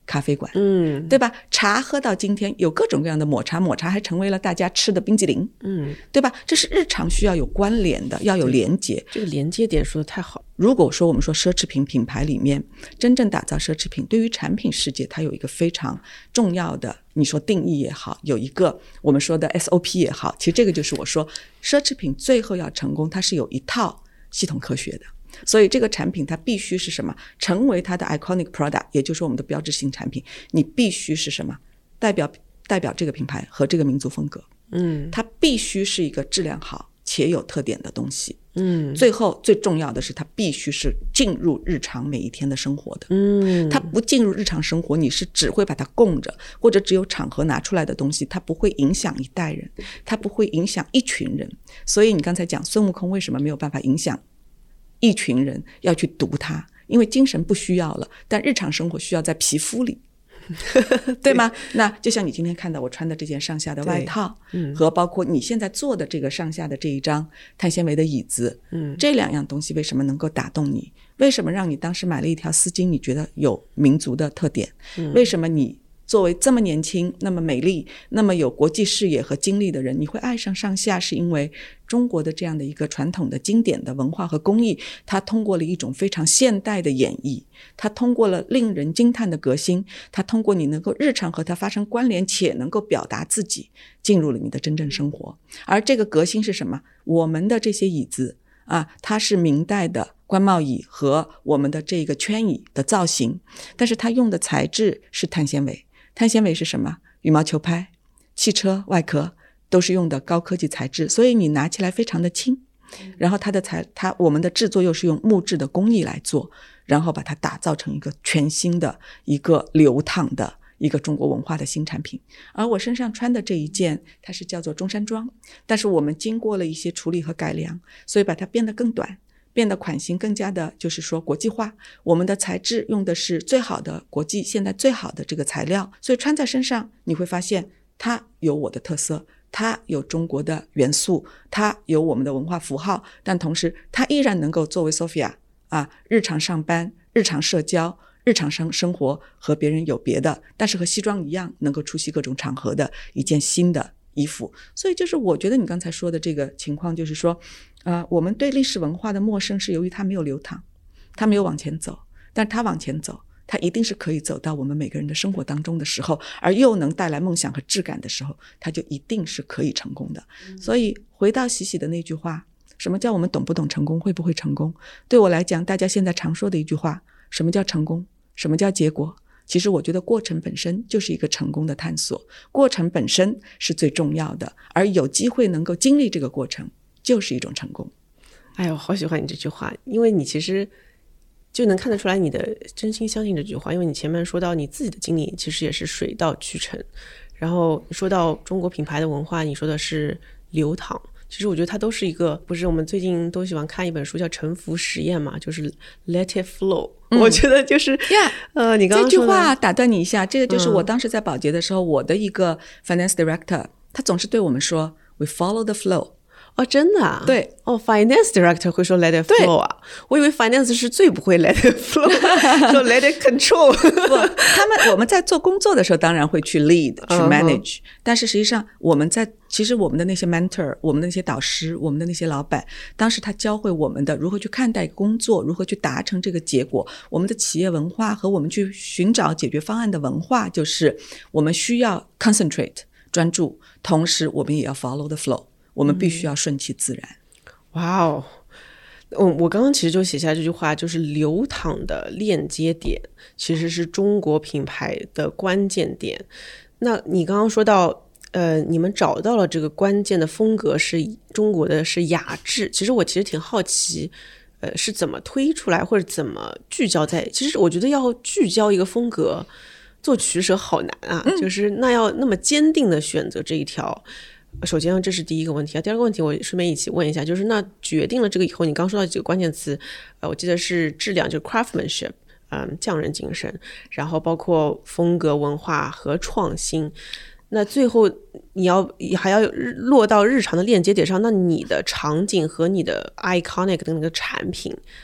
咖啡馆，对吧？茶喝到今天有各种各样的抹茶，抹茶还成为了大家吃的冰激凌，对吧？这是日常需要有关联的，要有连结。 这个连接点说的太好。 如果说我们说奢侈品品牌里面真正打造奢侈品，对于产品世界它有一个非常重要的，你说定义也好，有一个我们说的 SOP 也好，其实这个就是我说奢侈品最后要成功，它是有一套系统科学的。所以这个产品它必须是什么？成为它的 iconic product， 也就是我们的标志性产品，你必须是什么？代表这个品牌和这个民族风格。它必须是一个质量好且有特点的东西。最后最重要的是它必须是进入日常每一天的生活的。它不进入日常生活，你是只会把它供着，或者只有场合拿出来的东西，它不会影响一代人，它不会影响一群人。所以你刚才讲孙悟空为什么没有办法影响一群人要去读它，因为精神不需要了，但日常生活需要在皮肤里对吗？那就像你今天看到我穿的这件上下的外套，和包括你现在坐的这个上下的这一张碳纤维的椅子，这两样东西为什么能够打动你？为什么让你当时买了一条丝巾，你觉得有民族的特点？为什么你作为这么年轻那么美丽那么有国际视野和经历的人，你会爱上上下？是因为中国的这样的一个传统的经典的文化和工艺，它通过了一种非常现代的演绎，它通过了令人惊叹的革新，它通过你能够日常和它发生关联且能够表达自己，进入了你的真正生活。而这个革新是什么？我们的这些椅子它是明代的官帽椅和我们的这个圈椅的造型，但是它用的材质是碳纤维。碳纤维是什么？羽毛球拍、汽车外壳都是用的高科技材质，所以你拿起来非常的轻。然后我们的制作又是用木质的工艺来做，然后把它打造成一个全新的一个流淌的一个中国文化的新产品。而我身上穿的这一件，它是叫做中山装，但是我们经过了一些处理和改良，所以把它变得更短，变得款型更加的就是说国际化。我们的材质用的是最好的国际现在最好的这个材料，所以穿在身上你会发现它有我的特色，它有中国的元素，它有我们的文化符号，但同时它依然能够作为 Sophia 日常上班、日常社交、日常生活和别人有别的，但是和西装一样能够出席各种场合的一件新的衣服。所以就是我觉得你刚才说的这个情况，就是说我们对历史文化的陌生是由于它没有流淌，它没有往前走，但是它往前走，它一定是可以走到我们每个人的生活当中的时候，而又能带来梦想和质感的时候，它就一定是可以成功的。所以回到喜喜的那句话，什么叫我们懂不懂成功，会不会成功？对我来讲，大家现在常说的一句话，什么叫成功，什么叫结果？其实我觉得过程本身就是一个成功的探索，过程本身是最重要的，而有机会能够经历这个过程就是一种成功。 哎呦，好喜欢你这句话，因为你其实就能看得出来你的真心相信这句话。因为你前面说到你自己的经历其实也是水到渠成，然后说到中国品牌的文化，你说的是流淌，其实我觉得它都是一个，不是我们最近都喜欢看一本书叫沉浮实验嘛，就是 let it flow。我觉得就是你刚刚这句话打断你一下，这个就是我当时在宝洁的时候，我的一个 finance director 他总是对我们说 we follow the flow。 真的啊？ 对 finance director 会说 let it flow 啊？我以为 finance 是最不会 let it flow 说 let it control 我们在做工作的时候当然会去 lead 去 manage，但是实际上其实我们的那些 mentor， 我们的那些导师，我们的那些老板，当时他教会我们的如何去看待工作，如何去达成这个结果，我们的企业文化和我们去寻找解决方案的文化，就是我们需要 concentrate 专注，同时我们也要 follow the flow，我们必须要顺其自然。 哇哦，我刚刚其实就写下这句话，就是流淌的链接点其实是中国品牌的关键点。那你刚刚说到你们找到了这个关键的风格是中国的是雅致，其实我其实挺好奇是怎么推出来或者怎么聚焦在，其实我觉得要聚焦一个风格做取舍好难啊，就是那要那么坚定的选择这一条。首先这是第一个问题第二个问题我顺便一起问一下，就是那决定了这个以后，你刚说到几个关键词我记得是质量，就是 craftsmanship， 匠人精神，然后包括风格文化和创新，那最后还要落到日常的链接点上，那你的场景和你的 iconic 的那个产品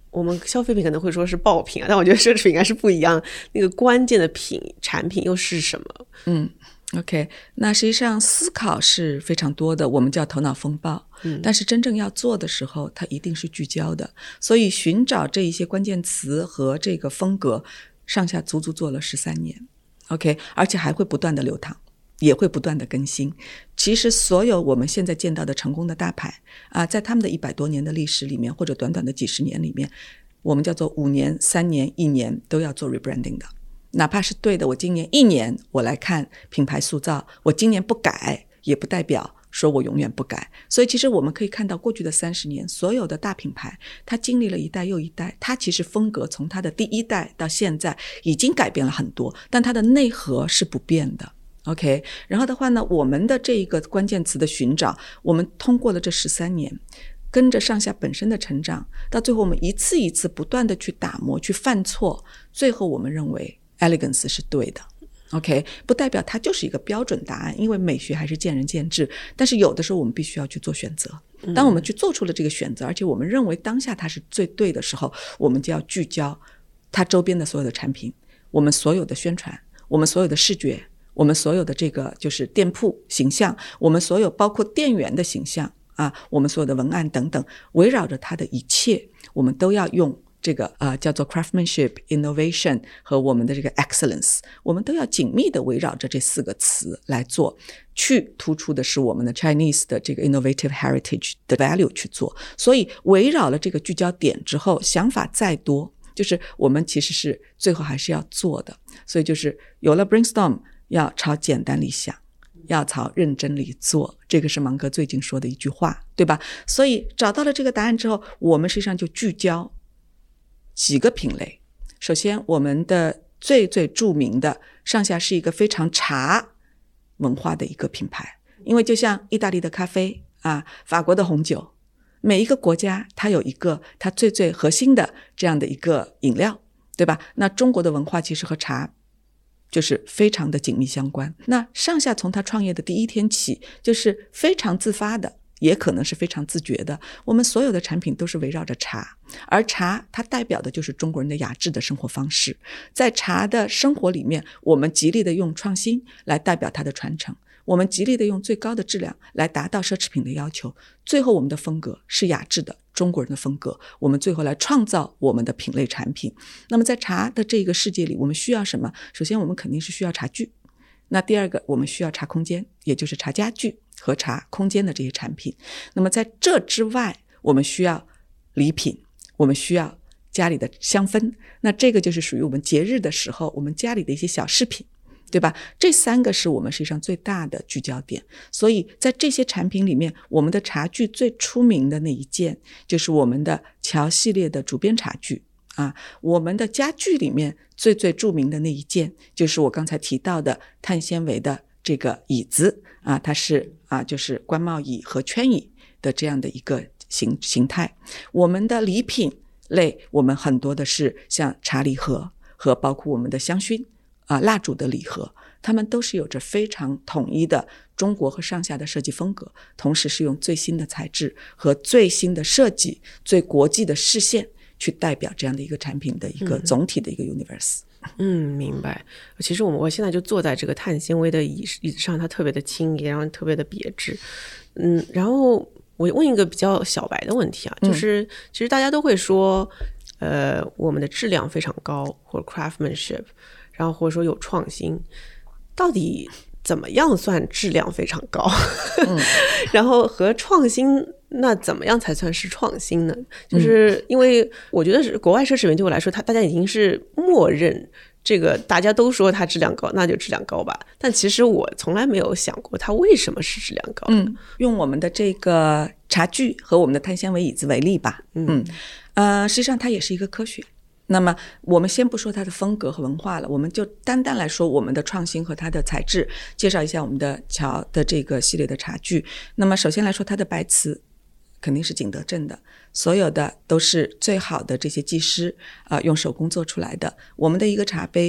我们消费品可能会说是爆品，但我觉得奢侈品应该是不一样，那个关键的产品又是什么 ？OK， 那实际上思考是非常多的，我们叫头脑风暴，但是真正要做的时候它一定是聚焦的，所以寻找这一些关键词和这个风格上下足足做了13年 OK， 而且还会不断的流淌，也会不断的更新。其实所有我们现在见到的成功的大牌在他们的100多年的历史里面，或者短短的几十年里面，我们叫做5年、3年、1年都要做 rebranding 的。哪怕是对的，我今年1年我来看品牌塑造，我今年不改也不代表说我永远不改。所以其实我们可以看到过去的30年所有的大品牌，它经历了一代又一代，它其实风格从它的第一代到现在已经改变了很多，但它的内核是不变的。OK， 然后的话呢，我们的这一个关键词的寻找，我们通过了这13年，跟着上下本身的成长，到最后我们一次一次不断的去打磨，去犯错，最后我们认为 elegance 是对的。OK， 不代表它就是一个标准答案，因为美学还是见仁见智，但是有的时候我们必须要去做选择。当我们去做出了这个选择，而且我们认为当下它是最对的时候，我们就要聚焦它周边的所有的产品，我们所有的宣传，我们所有的视觉，我们所有的这个就是店铺形象，我们所有包括店员的形象我们所有的文案等等，围绕着它的一切，我们都要用这个叫做 craftsmanship innovation 和我们的这个 excellence， 我们都要紧密的围绕着这4个词来做，去突出的是我们的 Chinese 的这个 innovative heritage 的 value 去做。所以围绕了这个聚焦点之后，想法再多，就是我们其实是最后还是要做的。所以就是有了 brainstorm， 要朝简单里想，要朝认真里做，这个是芒格最近说的一句话，对吧？所以找到了这个答案之后，我们实际上就聚焦几个品类。首先我们的最著名的上下是一个非常茶文化的一个品牌，因为就像意大利的咖啡法国的红酒，每一个国家它有一个它最核心的这样的一个饮料，对吧？那中国的文化其实和茶就是非常的紧密相关。那上下从他创业的第一天起，就是非常自发的，也可能是非常自觉的，我们所有的产品都是围绕着茶，而茶它代表的就是中国人的雅致的生活方式。在茶的生活里面，我们极力的用创新来代表它的传承，我们极力的用最高的质量来达到奢侈品的要求，最后我们的风格是雅致的中国人的风格，我们最后来创造我们的品类产品。那么在茶的这个世界里，我们需要什么？首先我们肯定是需要茶具，那第二个我们需要茶空间，也就是茶家具和茶空间的这些产品。那么在这之外，我们需要礼品，我们需要家里的香氛，那这个就是属于我们节日的时候我们家里的一些小饰品，对吧？这3个是我们实际上最大的聚焦点。所以在这些产品里面，我们的茶具最出名的那一件就是我们的乔系列的主编茶具我们的家具里面最著名的那一件就是我刚才提到的碳纤维的这个椅子它是就是官帽椅和圈椅的这样的一个形态。我们的礼品类，我们很多的是像茶礼盒和包括我们的香薰蜡烛的礼盒，它们都是有着非常统一的中国和上下的设计风格，同时是用最新的材质和最新的设计，最国际的视线去代表这样的一个产品的一个总体的一个 universe。 明白。其实我现在就坐在这个碳纤维的椅子上，它特别的轻也让人特别的别致。然后我问一个比较小白的问题就是其实大家都会说我们的质量非常高，或者 craftsmanship， 然后或者说有创新，到底怎么样算质量非常高然后和创新，那怎么样才算是创新呢？就是因为我觉得是国外奢侈品对我来说，大家已经是默认这个，大家都说它质量高，那就质量高吧。但其实我从来没有想过它为什么是质量高。 用我们的这个茶具和我们的碳纤维椅子为例吧。实际上它也是一个科学。那么我们先不说它的风格和文化了，我们就单来说我们的创新和它的材质，介绍一下我们的乔的这个系列的茶具。那么首先来说，它的白瓷肯定是景德镇的，所有的都是最好的这些技师用手工做出来的。我们的一个茶杯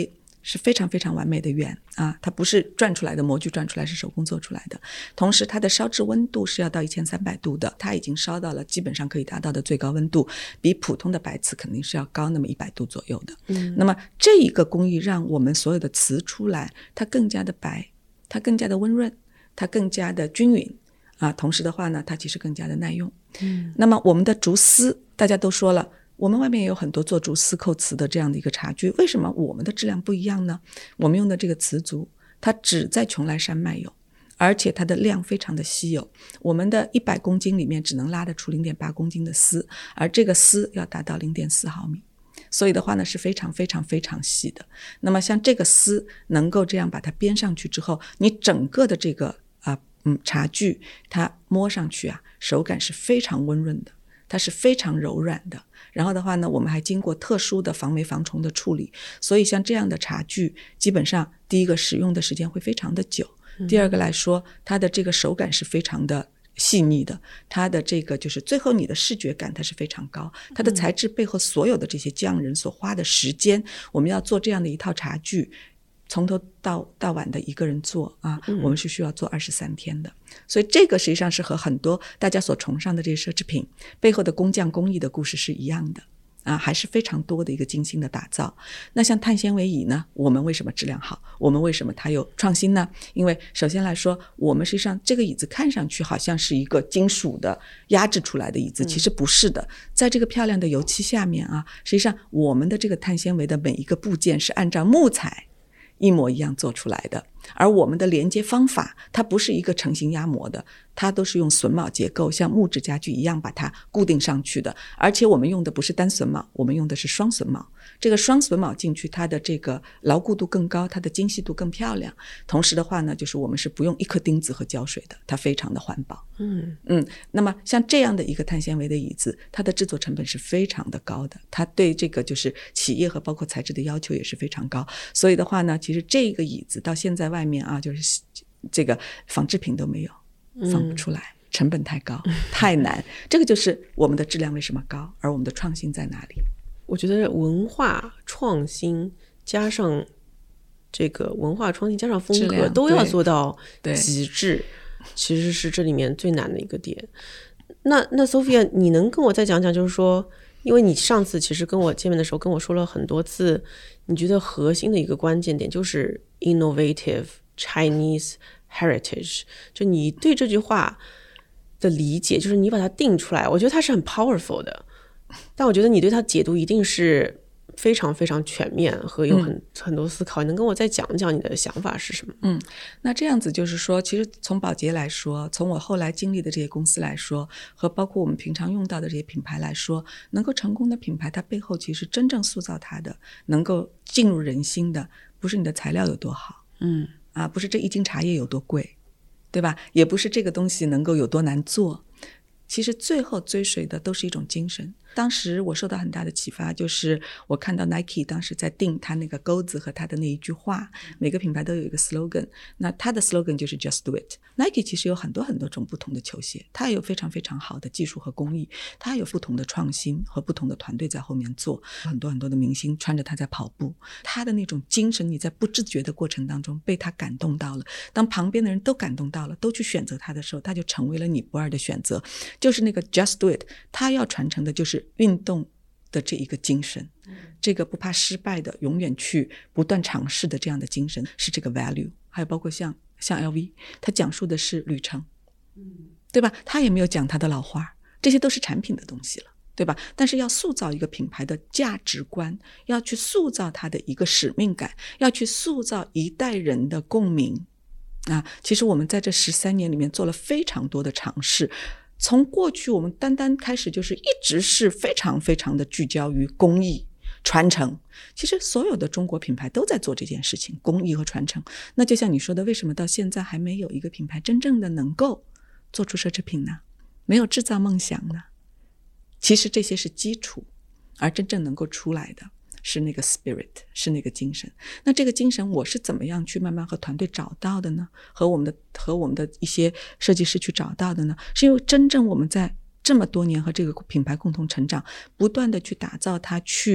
是非常非常完美的圆啊，它不是转出来的模具转出来，是手工做出来的。同时它的烧制温度是要到1300度的，它已经烧到了基本上可以达到的最高温度，比普通的白瓷肯定是要高那么100度左右的。那么这一个工艺让我们所有的瓷出来它更加的白，它更加的温润，它更加的均匀啊，同时的话呢它其实更加的耐用。那么我们的竹丝大家都说了，我们外面也有很多做竹丝扣瓷的这样的一个茶具，为什么我们的质量不一样呢？我们用的这个瓷竹它只在邛崃山脉有，而且它的量非常的稀有，我们的100公斤里面只能拉得出 0.8 公斤的丝，而这个丝要达到 0.4 毫米，所以的话呢是非常非常非常细的。那么像这个丝能够这样把它编上去之后，你整个的这个茶具它摸上去啊，手感是非常温润的，它是非常柔软的，然后的话呢我们还经过特殊的防霉防虫的处理，所以像这样的茶具基本上第一个使用的时间会非常的久，第二个来说它的这个手感是非常的细腻的，它的这个就是最后你的视觉感它是非常高，它的材质背后所有的这些匠人所花的时间，我们要做这样的一套茶具从头到晚的一个人做啊，我们是需要做23天的。所以这个实际上是和很多大家所崇尚的这些奢侈品背后的工匠工艺的故事是一样的啊，还是非常多的一个精心的打造。那像碳纤维椅呢，我们为什么质量好，我们为什么它有创新呢？因为首先来说，我们实际上这个椅子看上去好像是一个金属的压制出来的椅子，其实不是的，在这个漂亮的油漆下面啊，实际上我们的这个碳纤维的每一个部件是按照木材一模一样做出来的，而我们的连接方法它不是一个成型压模的，它都是用榫卯结构，像木质家具一样把它固定上去的，而且我们用的不是单榫卯，我们用的是双榫卯，这个双榫卯进去它的这个牢固度更高，它的精细度更漂亮，同时的话呢就是我们是不用一颗钉子和胶水的，它非常的环保。那么像这样的一个碳纤维的椅子，它的制作成本是非常的高的，它对这个就是企业和包括材质的要求也是非常高，所以的话呢其实这个椅子到现在外面啊就是这个仿制品都没有，放不出来，成本太高太难，这个就是我们的质量为什么高，而我们的创新在哪里。 我觉得文化创新加上这个文化创新加上风格都要做到极致，其实是这里面最难的一个点。那 Sophia 你能跟我再讲讲，就是说因为你上次其实跟我见面的时候跟我说了很多次，你觉得核心的一个关键点就是 innovative Chinese heritage， 就你对这句话的理解，就是你把它定出来，我觉得它是很 powerful 的，但我觉得你对它解读一定是非常非常全面和有很多思考，你能跟我再讲讲你的想法是什么？ 那这样子就是说，其实从宝洁来说，从我后来经历的这些公司来说，和包括我们平常用到的这些品牌来说，能够成功的品牌它背后其实真正塑造它的能够进入人心的不是你的材料有多好，不是这一斤茶叶有多贵，对吧？也不是这个东西能够有多难做，其实最后追随的都是一种精神。当时我受到很大的启发，就是我看到 Nike 当时在定他那个钩子和他的那一句话，每个品牌都有一个 slogan， 那他的 slogan 就是 just do it。 Nike 其实有很多很多种不同的球鞋，它有非常非常好的技术和工艺，它有不同的创新和不同的团队在后面做，很多很多的明星穿着它在跑步，他的那种精神你在不自觉的过程当中被他感动到了，当旁边的人都感动到了，都去选择他的时候，他就成为了你不二的选择，就是那个 just do it。 他要传承的就是运动的这一个精神，这个不怕失败的永远去不断尝试的这样的精神，是这个 value。 还有包括像 LV， 他讲述的是旅程，对吧？他也没有讲他的老花，这些都是产品的东西了，对吧？但是要塑造一个品牌的价值观，要去塑造它的一个使命感，要去塑造一代人的共鸣其实我们在这13年里面做了非常多的尝试。从过去我们单单开始就是一直是非常非常的聚焦于工艺传承，其实所有的中国品牌都在做这件事情，工艺和传承。那就像你说的，为什么到现在还没有一个品牌真正的能够做出奢侈品呢？没有制造梦想呢？其实这些是基础，而真正能够出来的是那个 spirit， 是那个精神。那这个精神我是怎么样去慢慢和团队找到的呢？和我们的一些设计师去找到的呢？是因为真正我们在这么多年和这个品牌共同成长，不断的去打造它，去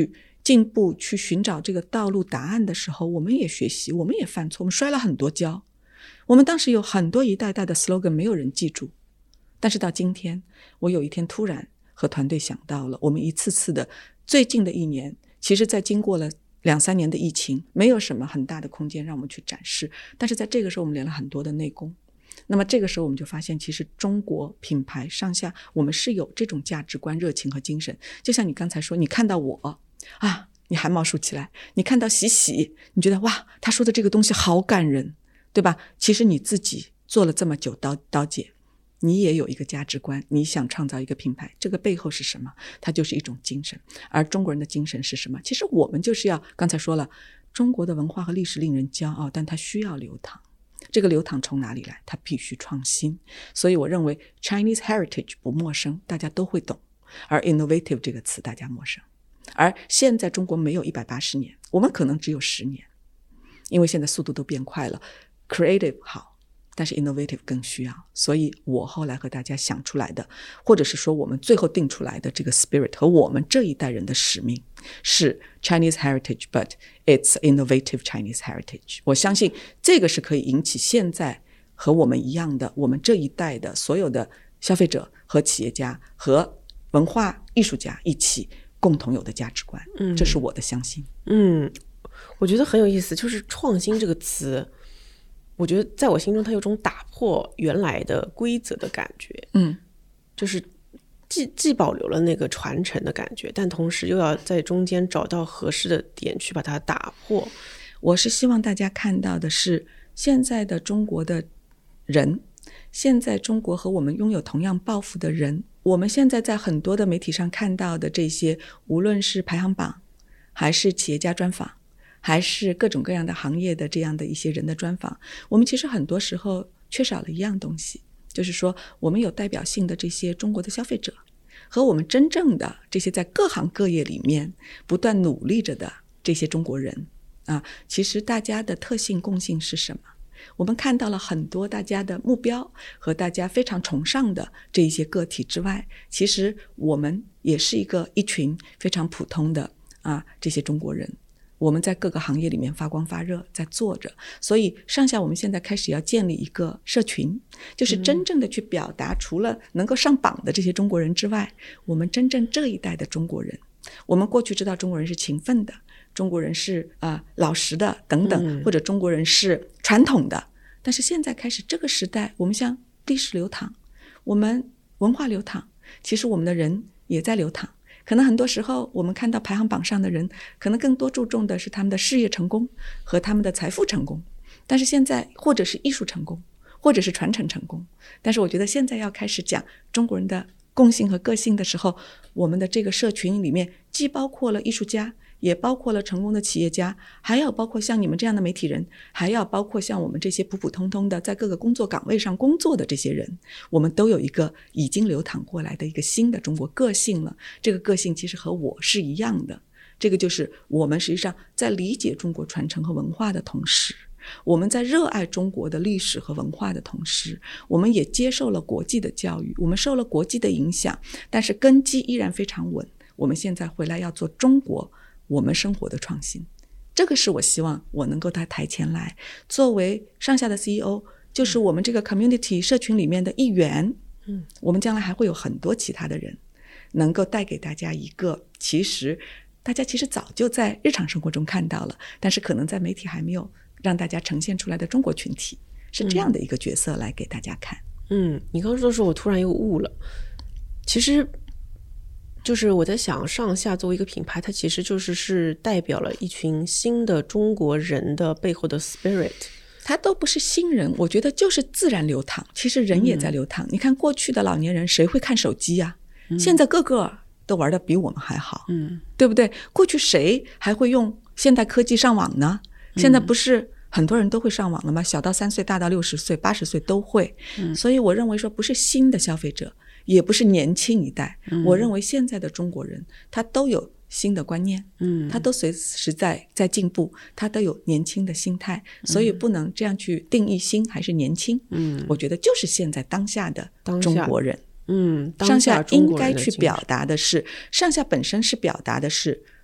进步去寻找这个道路答案的时候，我们也学习，我们也犯错，我们摔了很多跤。我们当时有很多一代代的 slogan 没有人记住，但是到今天，我有一天突然和团队想到了，我们一次次的最近的1年，其实在经过了2-3年的疫情，没有什么很大的空间让我们去展示，但是在这个时候我们练了很多的内功。那么这个时候我们就发现，其实中国品牌上下我们是有这种价值观、热情和精神。就像你刚才说，你看到我啊，你汗毛竖起来，你看到喜喜，你觉得哇，他说的这个东西好感人，对吧？其实你自己做了这么久刀姐，你也有一个价值观，你想创造一个品牌，这个背后是什么？它就是一种精神。而中国人的精神是什么？其实我们就是要，刚才说了，中国的文化和历史令人骄傲，但它需要流淌。这个流淌从哪里来？它必须创新。所以我认为 Chinese heritage 不陌生，大家都会懂，而 innovative 这个词大家陌生。而现在中国没有180年，我们可能只有10年，因为现在速度都变快了。 creative 好，但是 innovative 更需要。所以我后来和大家想出来的，或者是说我们最后定出来的这个 spirit 和我们这一代人的使命是 Chinese heritage, but it's innovative Chinese heritage。 我相信这个是可以引起现在和我们一样的，我们这一代的所有的消费者和企业家和文化艺术家一起共同有的价值观。这是我的相信。 我觉得很有意思，就是创新这个词，我觉得在我心中它有种打破原来的规则的感觉。就是既保留了那个传承的感觉，但同时又要在中间找到合适的点去把它打破。 我是希望大家看到的是，现在的中国的人，现在中国和我们拥有同样抱负的人，我们现在在很多的媒体上看到的这些，无论是排行榜，还是企业家专访，还是各种各样的行业的这样的一些人的专访，我们其实很多时候缺少了一样东西，就是说我们有代表性的这些中国的消费者，和我们真正的这些在各行各业里面不断努力着的这些中国人其实大家的特性共性是什么？我们看到了很多大家的目标和大家非常崇尚的这一些个体之外，其实我们也是一群非常普通的这些中国人，我们在各个行业里面发光发热在做着。所以上下我们现在开始要建立一个社群，就是真正的去表达除了能够上榜的这些中国人之外，我们真正这一代的中国人。我们过去知道中国人是勤奋的，中国人是老实的等等，或者中国人是传统的，但是现在开始这个时代，我们像历史流淌，我们文化流淌，其实我们的人也在流淌。可能很多时候我们看到排行榜上的人，可能更多注重的是他们的事业成功和他们的财富成功，但是现在或者是艺术成功，或者是传承成功，但是我觉得现在要开始讲中国人的共性和个性的时候，我们的这个社群里面既包括了艺术家，也包括了成功的企业家，还要包括像你们这样的媒体人，还要包括像我们这些普普通通的在各个工作岗位上工作的这些人，我们都有一个已经流淌过来的一个新的中国个性了。这个个性其实和我是一样的，这个就是我们实际上在理解中国传承和文化的同时，我们在热爱中国的历史和文化的同时，我们也接受了国际的教育，我们受了国际的影响，但是根基依然非常稳。我们现在回来要做中国我们生活的创新，这个是我希望我能够到台前来，作为上下的 CEO， 就是我们这个 community 社群里面的一员。我们将来还会有很多其他的人能够带给大家一个其实大家其实早就在日常生活中看到了，但是可能在媒体还没有让大家呈现出来的中国群体，是这样的一个角色来给大家看。 你刚刚说的时候我突然又悟了，其实就是我在想，上下作为一个品牌，它其实是代表了一群新的中国人的背后的 spirit。 它都不是新人，我觉得就是自然流淌，其实人也在流淌。你看过去的老年人谁会看手机啊？现在个个都玩得比我们还好，对不对？过去谁还会用现代科技上网呢？现在不是很多人都会上网了吗？小到3岁，大到60岁、80岁都会。所以我认为说不是新的消费者，也不是年轻一代，我认为现在的中国人他都有新的观念，他都随时在进步，他都有年轻的心态，所以不能这样去定义新还是年轻。我觉得就是现在当下的中国人，上下应该去表达的是，上下本身是表达的是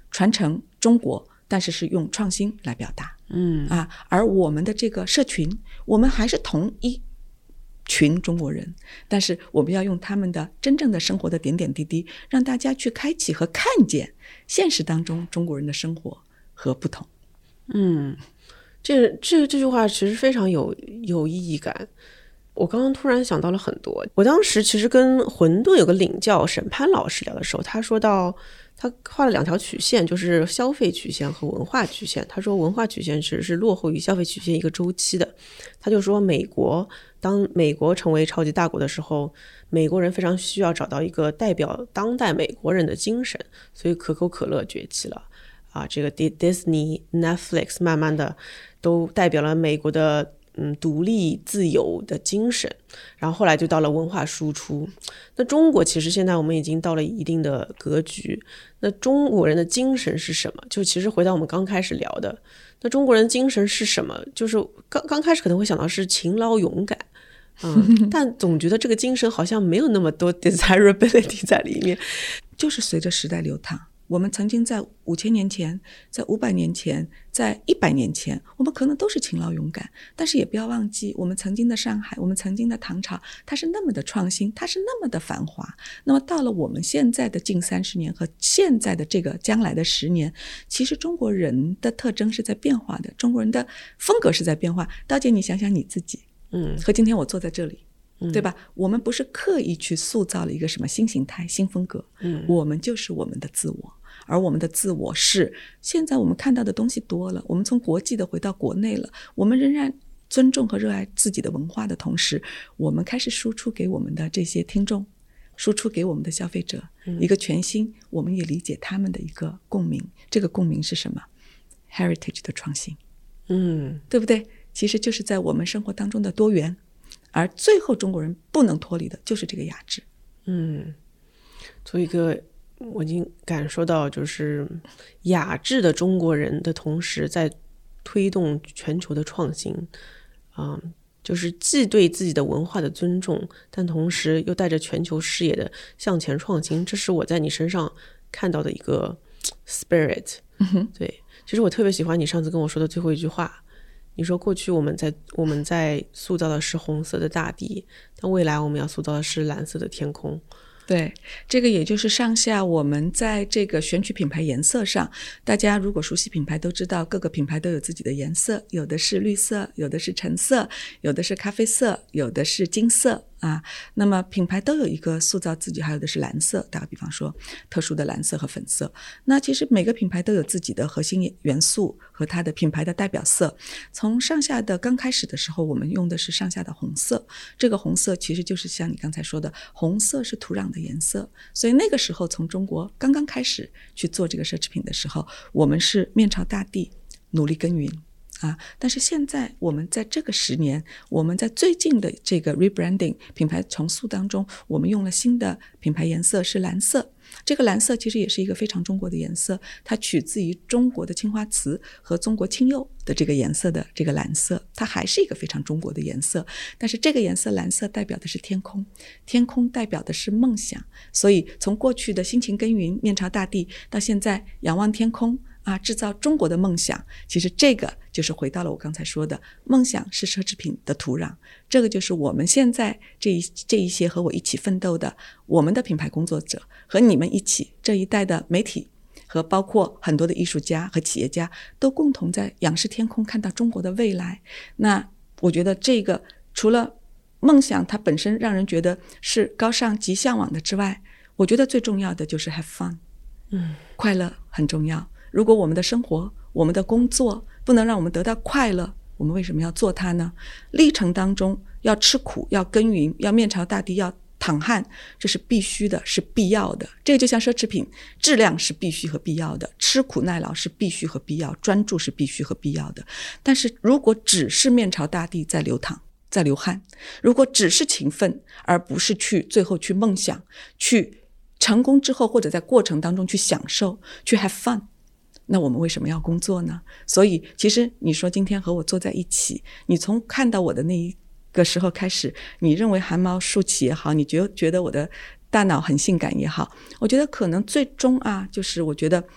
传承中国，但是是用创新来表达。而我们的这个社群，我们还是同一群中国人，但是我们要用他们的真正的生活的点点滴滴，让大家去开启和看见现实当中中国人的生活和不同。 这句话其实非常有意义感。我刚刚突然想到了很多。我当时其实跟混沌有个领教沈潘老师聊的时候，他说到他画了2条曲线，就是消费曲线和文化曲线。他说文化曲线其实是落后于消费曲线一个周期的。他就说当美国成为超级大国的时候，美国人非常需要找到一个代表当代美国人的精神，所以可口可乐崛起了这个 Disney、Netflix 慢慢的都代表了美国的独立自由的精神，然后后来就到了文化输出。那中国其实现在我们已经到了一定的格局，那中国人的精神是什么？就其实回到我们刚开始聊的，那中国人精神是什么？就是刚开始可能会想到是勤劳勇敢，但总觉得这个精神好像没有那么多 desirability 在里面， 就是随着时代流淌。我们曾经在5000年前，在500年前，在100年前，我们可能都是勤劳勇敢，但是也不要忘记我们曾经的上海，我们曾经的唐朝，它是那么的创新，它是那么的繁华。那么到了我们现在的近30年和现在的这个将来的10年，其实中国人的特征是在变化的，中国人的风格是在变化。刀姐，你想想你自己，和今天我坐在这里，对吧？我们不是刻意去塑造了一个什么新形态、新风格，我们就是我们的自我。而我们的自我是现在我们看到的东西多了，我们从国际的回到国内了，我们仍然尊重和热爱自己的文化的同时，我们开始输出给我们的这些听众，输出给我们的消费者一个全新我们也理解他们的一个共鸣。这个共鸣是什么？ Heritage 的创新，对不对？其实就是在我们生活当中的多元，而最后中国人不能脱离的就是这个雅致。 做一个我已经感受到就是雅致的中国人的同时，在推动全球的创新，就是既对自己的文化的尊重，但同时又带着全球视野的向前创新。这是我在你身上看到的一个 spirit。对，其实我特别喜欢你上次跟我说的最后一句话，你说过去我们在塑造的是红色的大地，但未来我们要塑造的是蓝色的天空。 对，这个也就是上下我们在这个选取品牌颜色上，大家如果熟悉品牌都知道，各个品牌都有自己的颜色，有的是绿色，有的是橙色，有的是咖啡色，有的是金色那么品牌都有一个塑造自己，还有的是蓝色，打个比方说特殊的蓝色和粉色。那其实每个品牌都有自己的核心元素和它的品牌的代表色。从上下的刚开始的时候，我们用的是上下的红色，这个红色其实就是像你刚才说的，红色是土壤的颜色。所以那个时候从中国刚刚开始去做这个奢侈品的时候，我们是面朝大地，努力耕耘但是现在我们在这个10年，我们在最近的这个 rebranding 品牌重塑当中，我们用了新的品牌颜色是蓝色。这个蓝色其实也是一个非常中国的颜色，它取自于中国的青花瓷和中国青釉的这个颜色的这个蓝色，它还是一个非常中国的颜色。但是这个颜色蓝色代表的是天空，天空代表的是梦想。所以从过去的辛勤耕耘面朝大地，到现在仰望天空制造中国的梦想，其实这个就是回到了我刚才说的，梦想是奢侈品的土壤。这个就是我们现在这一些和我一起奋斗的我们的品牌工作者，和你们一起这一代的媒体，和包括很多的艺术家和企业家，都共同在仰视天空，看到中国的未来。那我觉得这个除了梦想它本身让人觉得是高尚及向往的之外，我觉得最重要的就是 have fun。快乐很重要。如果我们的生活，我们的工作不能让我们得到快乐，我们为什么要做它呢？历程当中要吃苦，要耕耘，要面朝大地，要淌汗，这是必须的，是必要的。这个就像奢侈品，质量是必须和必要的，吃苦耐劳是必须和必要，专注是必须和必要的。但是如果只是面朝大地在流淌，在流汗，如果只是勤奋，而不是最后去梦想，去成功之后或者在过程当中去享受，去 have fun，那我们为什么要工作呢？所以其实你说今天和我坐在一起，你从看到我的那一个时候开始，你认为汗毛竖起也好，你觉得我的大脑很性感也好，我觉得可能最终就是我觉得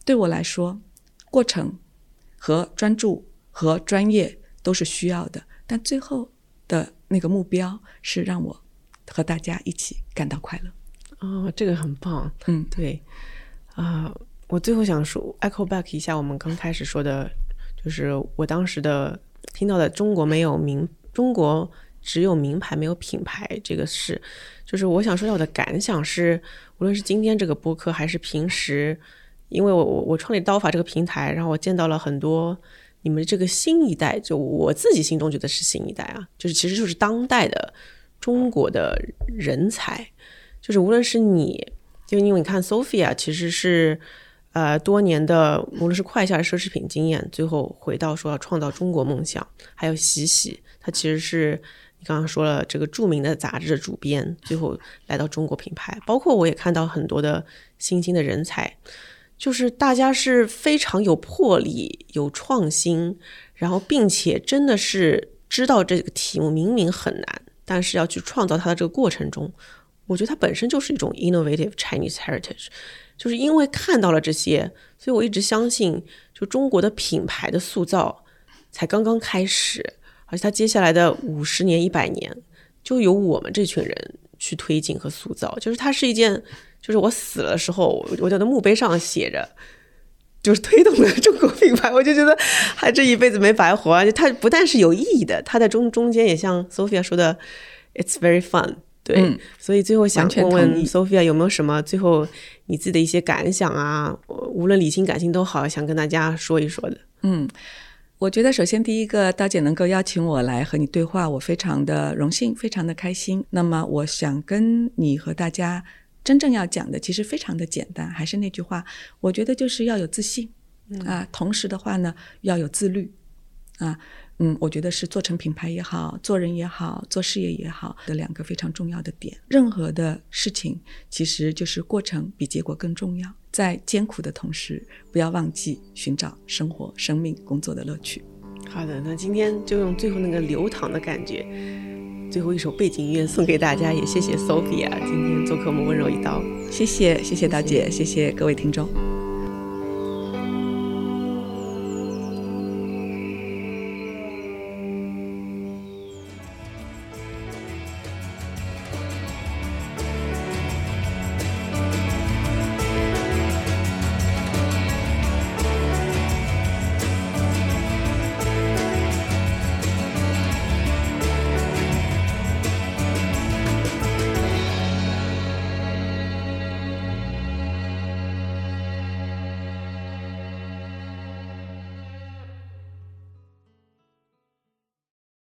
对我来说，过程和专注和专业都是需要的，但最后的那个目标是让我和大家一起感到快乐。 哦，这个很棒。对我最后想说 echo back 一下我们刚开始说的，就是我当时的听到的中国只有名牌没有品牌这个事，就是我想说我的感想是，无论是今天这个播客还是平时，因为我创立刀法这个平台，然后我见到了很多你们这个新一代，就我自己心中觉得是新一代啊，其实就是当代的中国的人才，就是无论是你，就因为你看 Sophia 其实是多年的无论是快下的奢侈品经验，最后回到说要创造中国梦想，还有喜喜，他其实是你刚刚说了这个著名的杂志的主编，最后来到中国品牌，包括我也看到很多的新兴的人才，就是大家是非常有魄力有创新，然后并且真的是知道这个题目明明很难，但是要去创造它的这个过程中，我觉得它本身就是一种 innovative Chinese heritage， 就是因为看到了这些，所以我一直相信就中国的品牌的塑造才刚刚开始，而且它接下来的50年100年就由我们这群人去推进和塑造，就是它是一件，就是我死了的时候我的墓碑上写着就是推动了中国品牌，我就觉得还这一辈子没白活啊！它不但是有意义的，它在中间也像 Sophia 说的 It's very fun， 对，所以最后想问问 Sophia 有没有什么最后你自己的一些感想啊，无论理性感性都好，想跟大家说一说的。 我觉得首先第一个，刀姐能够邀请我来和你对话，我非常的荣幸，非常的开心。那么我想跟你和大家真正要讲的其实非常的简单，还是那句话，我觉得就是要有自信同时的话呢要有自律我觉得是做成品牌也好，做人也好，做事业也好的2个非常重要的点。任何的事情其实就是过程比结果更重要，在艰苦的同时不要忘记寻找生活、生命、工作的乐趣。 好的，那今天就用最后那个流淌的感觉，最后一首背景音乐送给大家，也谢谢 Sophia 今天做客我们温柔一刀。 谢谢刀姐，谢谢各位听众。